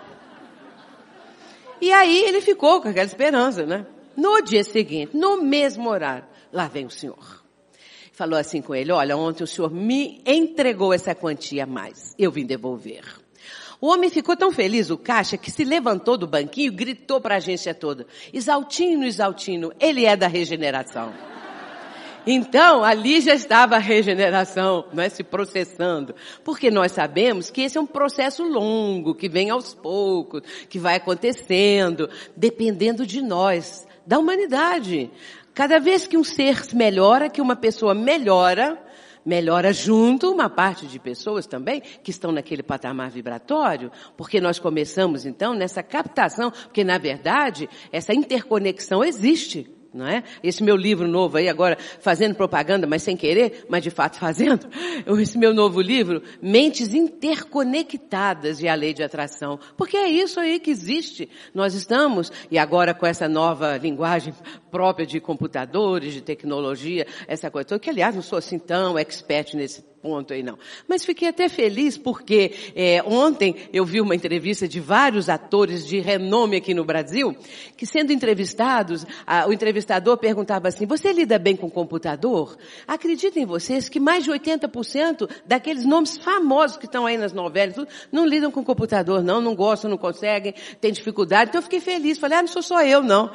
E aí ele ficou com aquela esperança, né? No dia seguinte, no mesmo horário, lá vem o senhor. Falou assim com ele, olha, ontem o senhor me entregou essa quantia a mais. Eu vim devolver. O homem ficou tão feliz, o caixa, que se levantou do banquinho e gritou para a agência toda. Exaltino, Exaltino, ele é da regeneração. Então, ali já estava a regeneração, né, se processando. Porque nós sabemos que esse é um processo longo, que vem aos poucos, que vai acontecendo, dependendo de nós, da humanidade. Cada vez que um ser melhora, que uma pessoa melhora junto uma parte de pessoas também que estão naquele patamar vibratório, porque nós começamos então nessa captação, porque na verdade essa interconexão existe. Não é? Esse meu livro novo aí agora, fazendo propaganda, mas sem querer, mas de fato fazendo, esse meu novo livro, Mentes Interconectadas e a Lei de Atração. Porque é isso aí que existe. Nós estamos, e agora com essa nova linguagem própria de computadores, de tecnologia, essa coisa toda, que aliás não sou assim tão expert ponto aí não. Mas fiquei até feliz porque ontem eu vi uma entrevista de vários atores de renome aqui no Brasil, que sendo entrevistados, o entrevistador perguntava assim, você lida bem com computador? Acreditem vocês que mais de 80% daqueles nomes famosos que estão aí nas novelas, não lidam com computador não gostam, não conseguem, têm dificuldade. Então eu fiquei feliz, falei, não sou só eu não.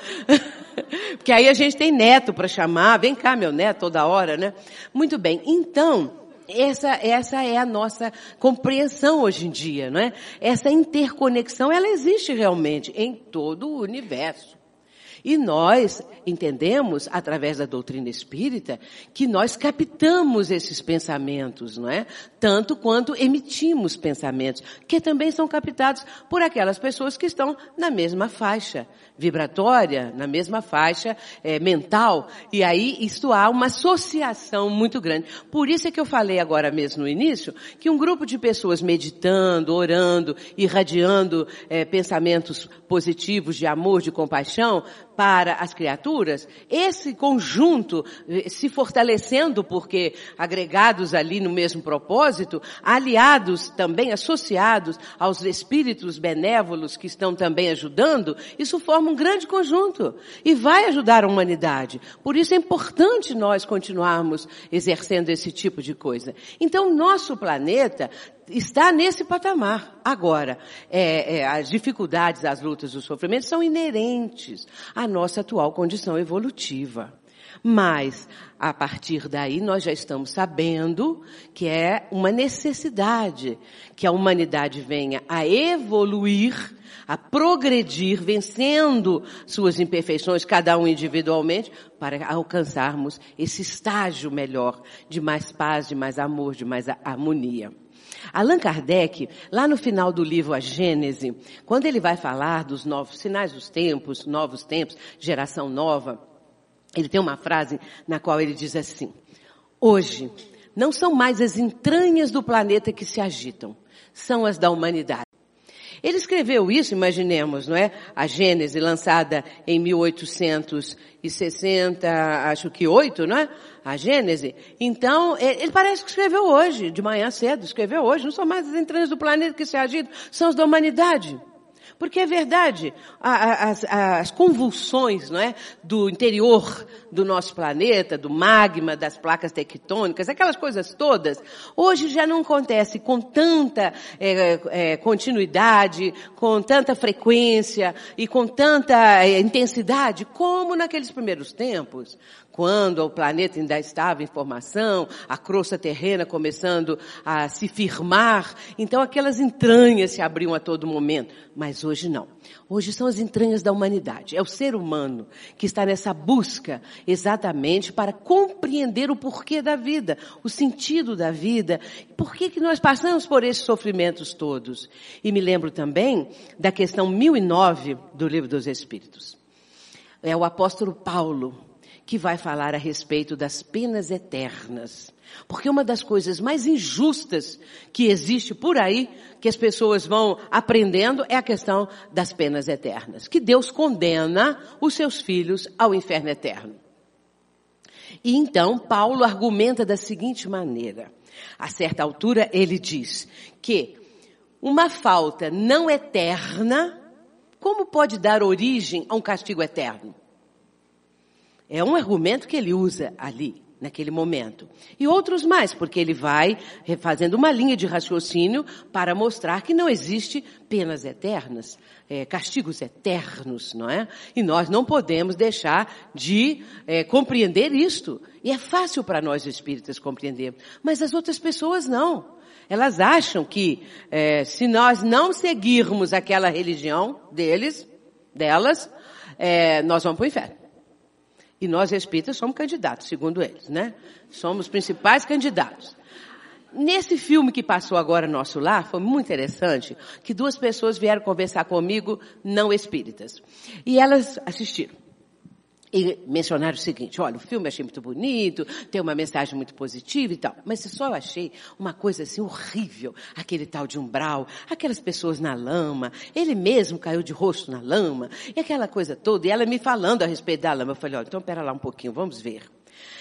Porque aí a gente tem neto para chamar, vem cá meu neto toda hora, né? Muito bem, então, essa é a nossa compreensão hoje em dia, não é? Essa interconexão, ela existe realmente em todo o universo. E nós entendemos, através da doutrina espírita, que nós captamos esses pensamentos, não é? Tanto quanto emitimos pensamentos, que também são captados por aquelas pessoas que estão na mesma faixa vibratória, na mesma faixa mental. E aí, isto há uma associação muito grande. Por isso é que eu falei agora mesmo no início, que um grupo de pessoas meditando, orando, irradiando pensamentos positivos de amor, de compaixão, para as criaturas, esse conjunto se fortalecendo porque agregados ali no mesmo propósito, aliados também, associados aos espíritos benévolos que estão também ajudando, isso forma um grande conjunto e vai ajudar a humanidade. Por isso é importante nós continuarmos exercendo esse tipo de coisa. Então, nosso planeta está nesse patamar. Agora, as dificuldades, as lutas, os sofrimentos são inerentes à nossa atual condição evolutiva. Mas, a partir daí, nós já estamos sabendo que é uma necessidade que a humanidade venha a evoluir, a progredir, vencendo suas imperfeições, cada um individualmente, para alcançarmos esse estágio melhor de mais paz, de mais amor, de mais harmonia. Allan Kardec, lá no final do livro A Gênese, quando ele vai falar dos novos sinais dos tempos, novos tempos, geração nova, ele tem uma frase na qual ele diz assim, hoje, não são mais as entranhas do planeta que se agitam, são as da humanidade. Ele escreveu isso, imaginemos, não é? A Gênese, lançada em 1860, acho que 8, não é? A Gênese. Então, ele parece que escreveu hoje, de manhã cedo, escreveu hoje. Não são mais as entranhas do planeta que se agitam, são as da humanidade. Porque é verdade, as convulsões, não é, do interior do nosso planeta, do magma, das placas tectônicas, aquelas coisas todas, hoje já não acontece com tanta continuidade, com tanta frequência e com tanta intensidade como naqueles primeiros tempos, quando o planeta ainda estava em formação, a crosta terrena começando a se firmar, então aquelas entranhas se abriam a todo momento. Mas hoje não. Hoje são as entranhas da humanidade. É o ser humano que está nessa busca exatamente para compreender o porquê da vida, o sentido da vida, por que nós passamos por esses sofrimentos todos. E me lembro também da questão 1009 do Livro dos Espíritos. É o apóstolo Paulo que vai falar a respeito das penas eternas. Porque uma das coisas mais injustas que existe por aí, que as pessoas vão aprendendo, é a questão das penas eternas. Que Deus condena os seus filhos ao inferno eterno. E então, Paulo argumenta da seguinte maneira. A certa altura, ele diz que uma falta não eterna, como pode dar origem a um castigo eterno? É um argumento que ele usa ali, naquele momento. E outros mais, porque ele vai fazendo uma linha de raciocínio para mostrar que não existe penas eternas, castigos eternos, não é? E nós não podemos deixar de compreender isto. E é fácil para nós espíritas compreender, mas as outras pessoas não. Elas acham que se nós não seguirmos aquela religião delas, nós vamos para o inferno. E nós espíritas somos candidatos, segundo eles, né? Somos os principais candidatos. Nesse filme que passou agora no nosso lar, foi muito interessante, que 2 pessoas vieram conversar comigo, não espíritas. E elas assistiram. E mencionaram o seguinte, olha, o filme eu achei muito bonito, tem uma mensagem muito positiva e tal, mas só eu achei uma coisa assim horrível, aquele tal de umbral, aquelas pessoas na lama, ele mesmo caiu de rosto na lama, e aquela coisa toda, e ela me falando a respeito da lama, eu falei, olha, então pera lá um pouquinho, vamos ver.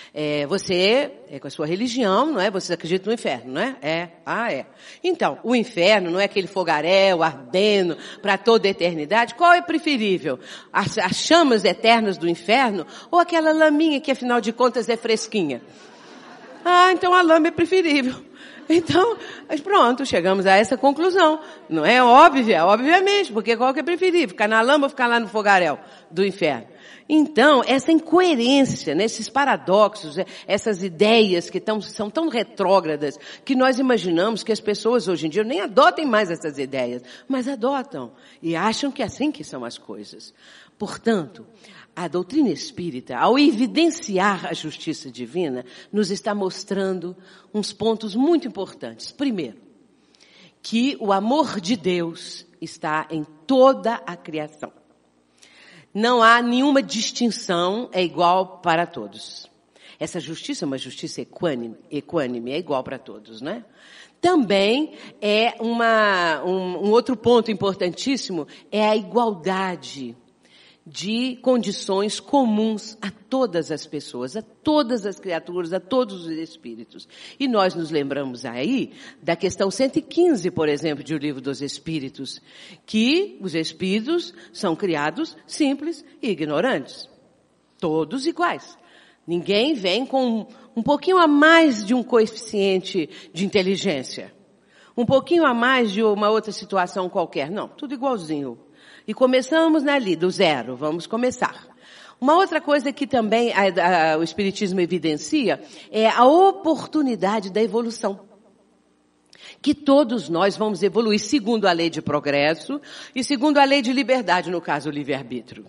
Você é com a sua religião, não é? Você acredita no inferno, não é? É. Então, o inferno não é aquele fogaréu ardendo para toda a eternidade. Qual é preferível? As chamas eternas do inferno ou aquela laminha que, afinal de contas, é fresquinha? Então a lama é preferível. Então, mas pronto, chegamos a essa conclusão. Não é óbvia, obviamente, porque qual que é preferível? Ficar na lama ou ficar lá no fogaréu do inferno? Então, essa incoerência, né, esses paradoxos, essas ideias que são tão retrógradas, que nós imaginamos que as pessoas hoje em dia nem adotem mais essas ideias, mas adotam e acham que é assim que são as coisas. Portanto, a doutrina espírita, ao evidenciar a justiça divina, nos está mostrando uns pontos muito importantes. Primeiro, que o amor de Deus está em toda a criação. Não há nenhuma distinção, é igual para todos. Essa justiça é uma justiça equânime, é igual para todos, né? Também é um outro ponto importantíssimo, é a igualdade de condições comuns a todas as pessoas, a todas as criaturas, a todos os espíritos. E nós nos lembramos aí da questão 115, por exemplo, de O Livro dos Espíritos, que os espíritos são criados simples e ignorantes. Todos iguais. Ninguém vem com um pouquinho a mais de um coeficiente de inteligência. Um pouquinho a mais de uma outra situação qualquer. Não, tudo igualzinho. E começamos ali, do zero. Vamos começar. Uma outra coisa que também o Espiritismo evidencia é a oportunidade da evolução. Que todos nós vamos evoluir segundo a lei de progresso e segundo a lei de liberdade, no caso, o livre-arbítrio.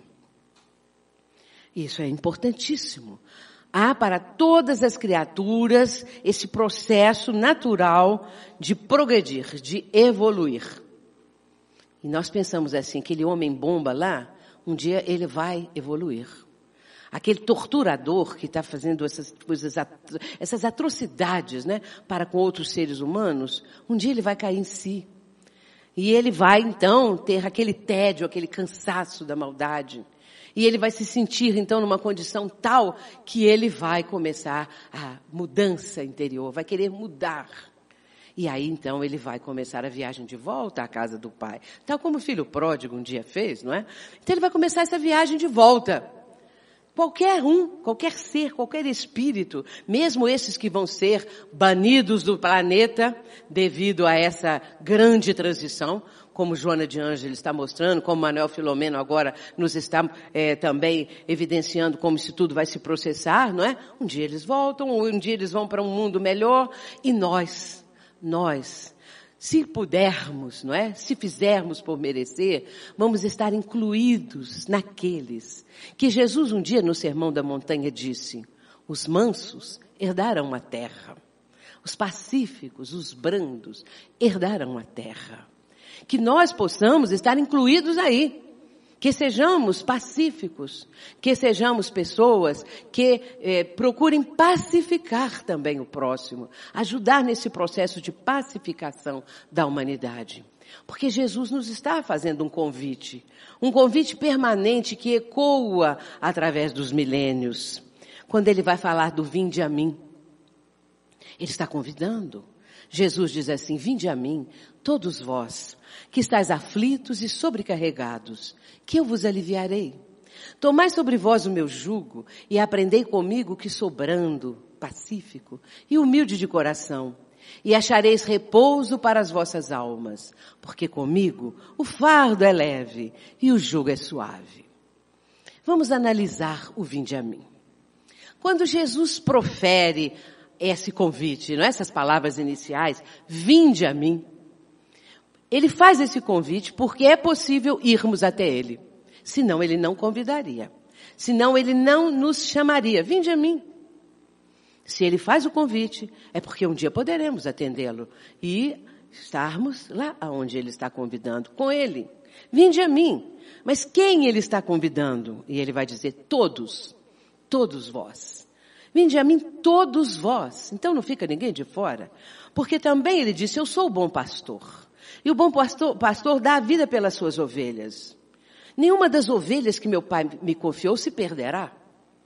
Isso é importantíssimo. Há para todas as criaturas esse processo natural de progredir, de evoluir. E nós pensamos assim, aquele homem bomba lá, um dia ele vai evoluir. Aquele torturador que está fazendo essas coisas, essas atrocidades, né, para com outros seres humanos, um dia ele vai cair em si. E ele vai então ter aquele tédio, aquele cansaço da maldade. E ele vai se sentir então numa condição tal que ele vai começar a mudança interior, vai querer mudar. E aí, então, ele vai começar a viagem de volta à casa do pai. Tal como o filho pródigo um dia fez, não é? Então, ele vai começar essa viagem de volta. Qualquer ser, qualquer espírito, mesmo esses que vão ser banidos do planeta devido a essa grande transição, como Joana de Ângeles está mostrando, como Manuel Filomeno agora nos está também evidenciando como isso tudo vai se processar, não é? Um dia eles voltam, um dia eles vão para um mundo melhor, e nós, se pudermos, não é? Se fizermos por merecer, vamos estar incluídos naqueles que Jesus um dia no Sermão da Montanha disse: os mansos herdarão a terra, os pacíficos, os brandos herdarão a terra. Que nós possamos estar incluídos aí. Que sejamos pacíficos, que sejamos pessoas que procurem pacificar também o próximo, ajudar nesse processo de pacificação da humanidade. Porque Jesus nos está fazendo um convite permanente que ecoa através dos milênios. Quando ele vai falar do vinde a mim, ele está convidando. Jesus diz assim: vinde a mim, todos vós, que estáis aflitos e sobrecarregados, que eu vos aliviarei. Tomai sobre vós o meu jugo e aprendei comigo que sou brando, pacífico e humilde de coração, e achareis repouso para as vossas almas, porque comigo o fardo é leve e o jugo é suave. Vamos analisar o vinde a mim. Quando Jesus profere esse convite, não é? Essas palavras iniciais, vinde a mim, ele faz esse convite porque é possível irmos até ele. Senão ele não convidaria. Senão ele não nos chamaria. Vinde a mim. Se ele faz o convite, é porque um dia poderemos atendê-lo e estarmos lá onde ele está convidando, com ele. Vinde a mim. Mas quem ele está convidando? E ele vai dizer: todos vós. Vinde a mim todos vós. Então não fica ninguém de fora. Porque também ele disse: eu sou o bom pastor. E o bom pastor dá a vida pelas suas ovelhas. Nenhuma das ovelhas que meu pai me confiou se perderá.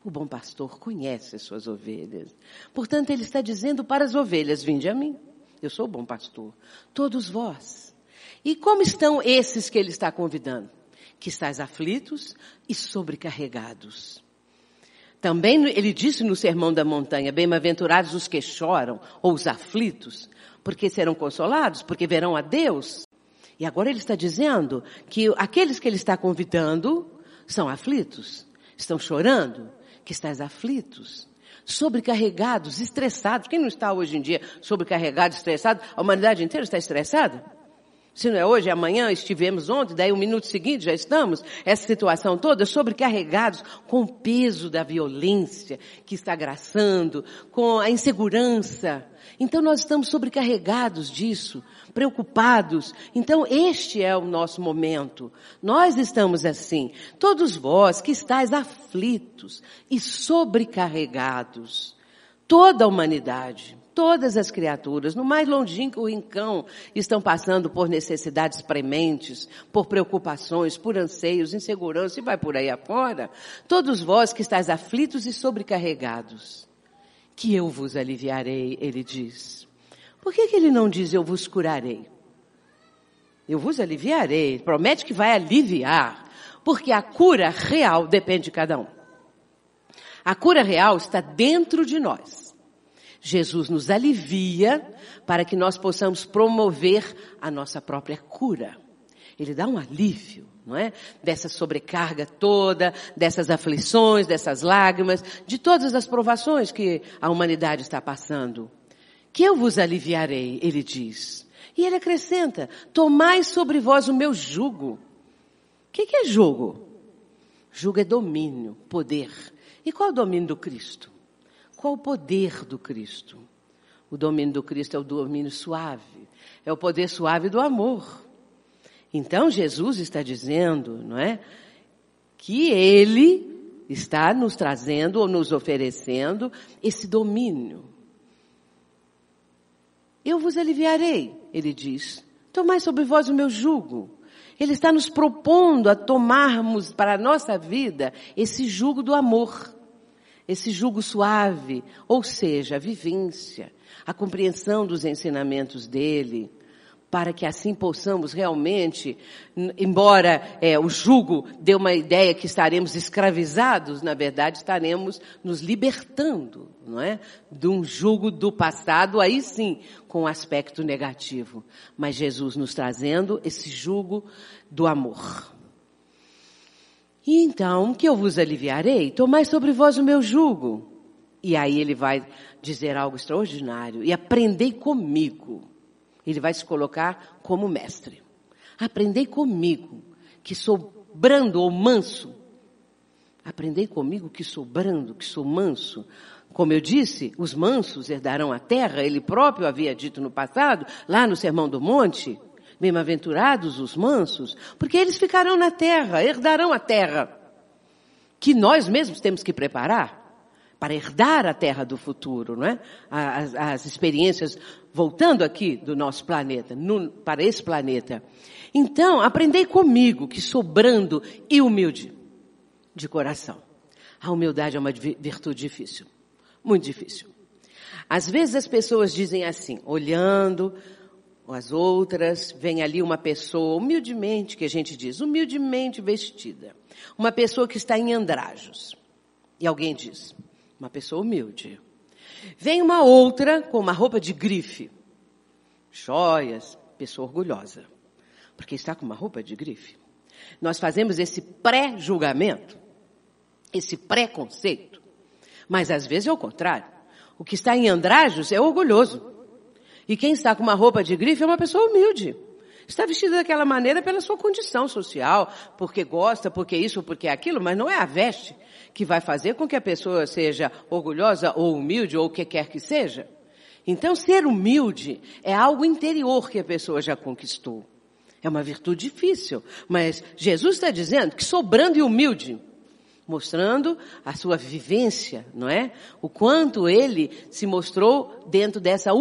O bom pastor conhece as suas ovelhas. Portanto, ele está dizendo para as ovelhas, vinde a mim. Eu sou o bom pastor. Todos vós. E como estão esses que ele está convidando? Que estáis aflitos e sobrecarregados. Também ele disse no Sermão da Montanha, bem-aventurados os que choram, ou os aflitos, porque serão consolados, porque verão a Deus. E agora ele está dizendo que aqueles que ele está convidando são aflitos, estão chorando, que estáis aflitos, sobrecarregados, estressados. Quem não está hoje em dia sobrecarregado, estressado? A humanidade inteira está estressada? Se não é hoje, é amanhã, estivemos ontem, daí o minuto seguinte já estamos, essa situação toda, sobrecarregados com o peso da violência que está agraçando, com a insegurança. Então nós estamos sobrecarregados disso, preocupados. Então este é o nosso momento. Nós estamos assim, todos vós que estáis aflitos e sobrecarregados, toda a humanidade. Todas as criaturas, no mais longínquo rincão, estão passando por necessidades prementes, por preocupações, por anseios, insegurança, e vai por aí afora. Todos vós que estáis aflitos e sobrecarregados, que eu vos aliviarei, ele diz. Por que ele não diz eu vos curarei? Eu vos aliviarei, ele promete que vai aliviar, porque a cura real depende de cada um. A cura real está dentro de nós. Jesus nos alivia para que nós possamos promover a nossa própria cura. Ele dá um alívio, não é? Dessa sobrecarga toda, dessas aflições, dessas lágrimas, de todas as provações que a humanidade está passando. Que eu vos aliviarei, ele diz. E ele acrescenta, tomai sobre vós o meu jugo. O que é jugo? Jugo é domínio, poder. E qual é o domínio do Cristo? Qual o poder do Cristo? O domínio do Cristo é o domínio suave. É o poder suave do amor. Então Jesus está dizendo, não é? Que Ele está nos trazendo ou nos oferecendo esse domínio. Eu vos aliviarei, ele diz. Tomai sobre vós o meu jugo. Ele está nos propondo a tomarmos para a nossa vida esse jugo do amor. Esse jugo suave, ou seja, a vivência, a compreensão dos ensinamentos dele, para que assim possamos realmente, embora o jugo dê uma ideia que estaremos escravizados, na verdade estaremos nos libertando, não é? De um jugo do passado, aí sim, com um aspecto negativo. Mas Jesus nos trazendo esse jugo do amor. E então, que eu vos aliviarei, tomai sobre vós o meu jugo. E aí ele vai dizer algo extraordinário. E aprendei comigo. Ele vai se colocar como mestre. Aprendei comigo, que sou brando ou manso. Aprendei comigo que sou brando, que sou manso. Como eu disse, os mansos herdarão a terra. Ele próprio havia dito no passado, lá no Sermão do Monte. Bem-aventurados os mansos, porque eles ficarão na terra, herdarão a terra, que nós mesmos temos que preparar para herdar a terra do futuro, não é? As experiências voltando aqui do nosso planeta, para esse planeta. Então, aprendei comigo, que sou brando e humilde de coração. A humildade é uma virtude difícil, muito difícil. Às vezes as pessoas dizem assim, olhando as outras, vem ali uma pessoa humildemente, que a gente diz, humildemente vestida. Uma pessoa que está em andrajos. E alguém diz, uma pessoa humilde. Vem uma outra com uma roupa de grife. Joias, pessoa orgulhosa. Porque está com uma roupa de grife. Nós fazemos esse pré-julgamento, esse pré-conceito. Mas às vezes é o contrário. O que está em andrajos é orgulhoso. E quem está com uma roupa de grife é uma pessoa humilde. Está vestida daquela maneira pela sua condição social, porque gosta, porque isso, porque aquilo, mas não é a veste que vai fazer com que a pessoa seja orgulhosa ou humilde ou o que quer que seja. Então, ser humilde é algo interior que a pessoa já conquistou. É uma virtude difícil, mas Jesus está dizendo que sou brando e humilde. Mostrando a sua vivência, não é? O quanto ele se mostrou dentro dessa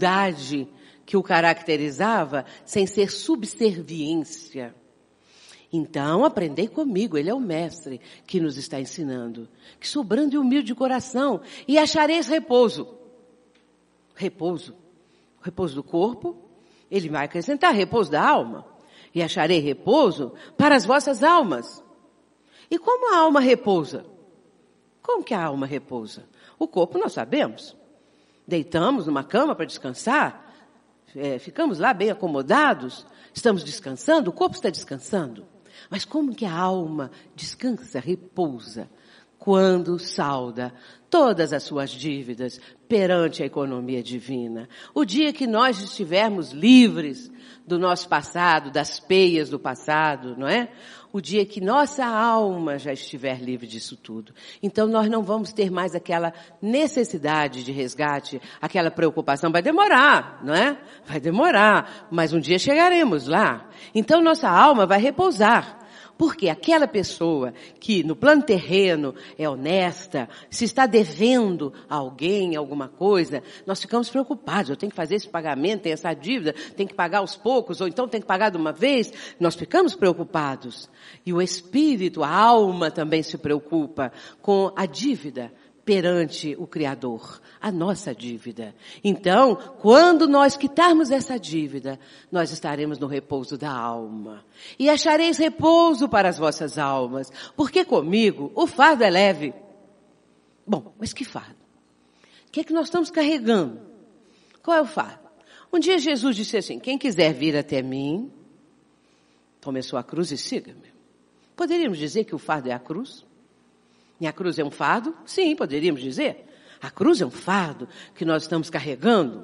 humildade que o caracterizava, sem ser subserviência. Então, aprendei comigo, ele é o mestre que nos está ensinando. Que sou brando e humilde de coração, e achareis repouso. Repouso. Repouso do corpo, ele vai acrescentar repouso da alma. E acharei repouso para as vossas almas. E como a alma repousa? Como que a alma repousa? O corpo nós sabemos. Deitamos numa cama para descansar, ficamos lá bem acomodados, estamos descansando, o corpo está descansando. Mas como que a alma descansa, repousa? Quando salda todas as suas dívidas perante a economia divina. O dia que nós estivermos livres do nosso passado, das peias do passado, não é? O dia que nossa alma já estiver livre disso tudo. Então nós não vamos ter mais aquela necessidade de resgate, aquela preocupação. Vai demorar, não é? Vai demorar, mas um dia chegaremos lá. Então nossa alma vai repousar. Porque aquela pessoa que no plano terreno é honesta, se está devendo a alguém alguma coisa, nós ficamos preocupados. Eu tenho que fazer esse pagamento, tem essa dívida, tem que pagar aos poucos, ou então tem que pagar de uma vez. Nós ficamos preocupados. E o espírito, a alma também se preocupa com a dívida perante o Criador, a nossa dívida. Então, quando nós quitarmos essa dívida, nós estaremos no repouso da alma. E achareis repouso para as vossas almas, porque comigo o fardo é leve. Bom, mas que fardo? O que é que nós estamos carregando? Qual é o fardo? Um dia Jesus disse assim, quem quiser vir até mim, tome a sua cruz e siga-me. Poderíamos dizer que o fardo é a cruz? E a cruz é um fardo? Sim, poderíamos dizer. A cruz é um fardo que nós estamos carregando.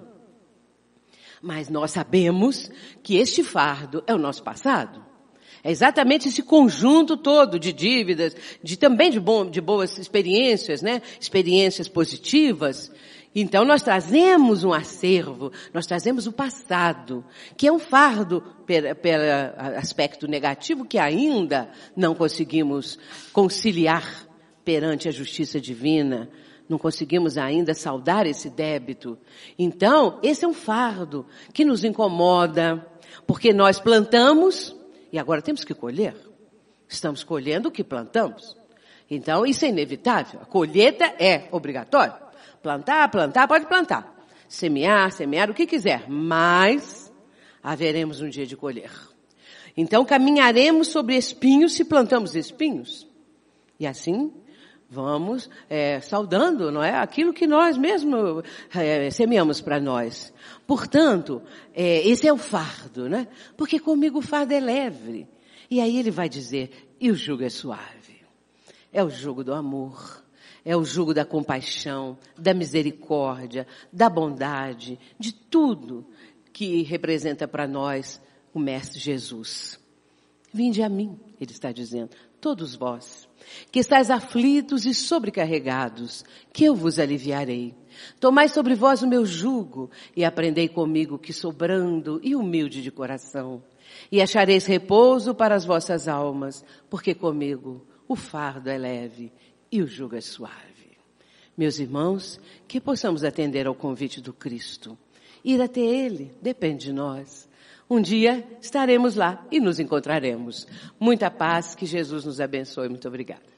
Mas nós sabemos que este fardo é o nosso passado. É exatamente esse conjunto todo de dívidas, também de boas experiências, né? Experiências positivas. Então nós trazemos um acervo, nós trazemos o passado, que é um fardo pelo aspecto negativo que ainda não conseguimos conciliar perante a justiça divina, não conseguimos ainda saldar esse débito. Então, esse é um fardo que nos incomoda, porque nós plantamos e agora temos que colher. Estamos colhendo o que plantamos. Então, isso é inevitável. A colheita é obrigatória. Plantar, pode plantar. Semear, o que quiser. Mas haveremos um dia de colher. Então, caminharemos sobre espinhos se plantamos espinhos. E assim vamos saudando, não é? Aquilo que nós mesmos semeamos para nós. Portanto, esse é o fardo, né? Porque comigo o fardo é leve. E aí ele vai dizer, e o jugo é suave. É o jugo do amor. É o jugo da compaixão, da misericórdia, da bondade, de tudo que representa para nós o Mestre Jesus. Vinde a mim, ele está dizendo, todos vós, que estáis aflitos e sobrecarregados, que eu vos aliviarei. Tomai sobre vós o meu jugo e aprendei comigo que sou brando e humilde de coração. E achareis repouso para as vossas almas, porque comigo o fardo é leve e o jugo é suave. Meus irmãos, que possamos atender ao convite do Cristo. Ir até Ele depende de nós. Um dia estaremos lá e nos encontraremos. Muita paz, que Jesus nos abençoe. Muito obrigada.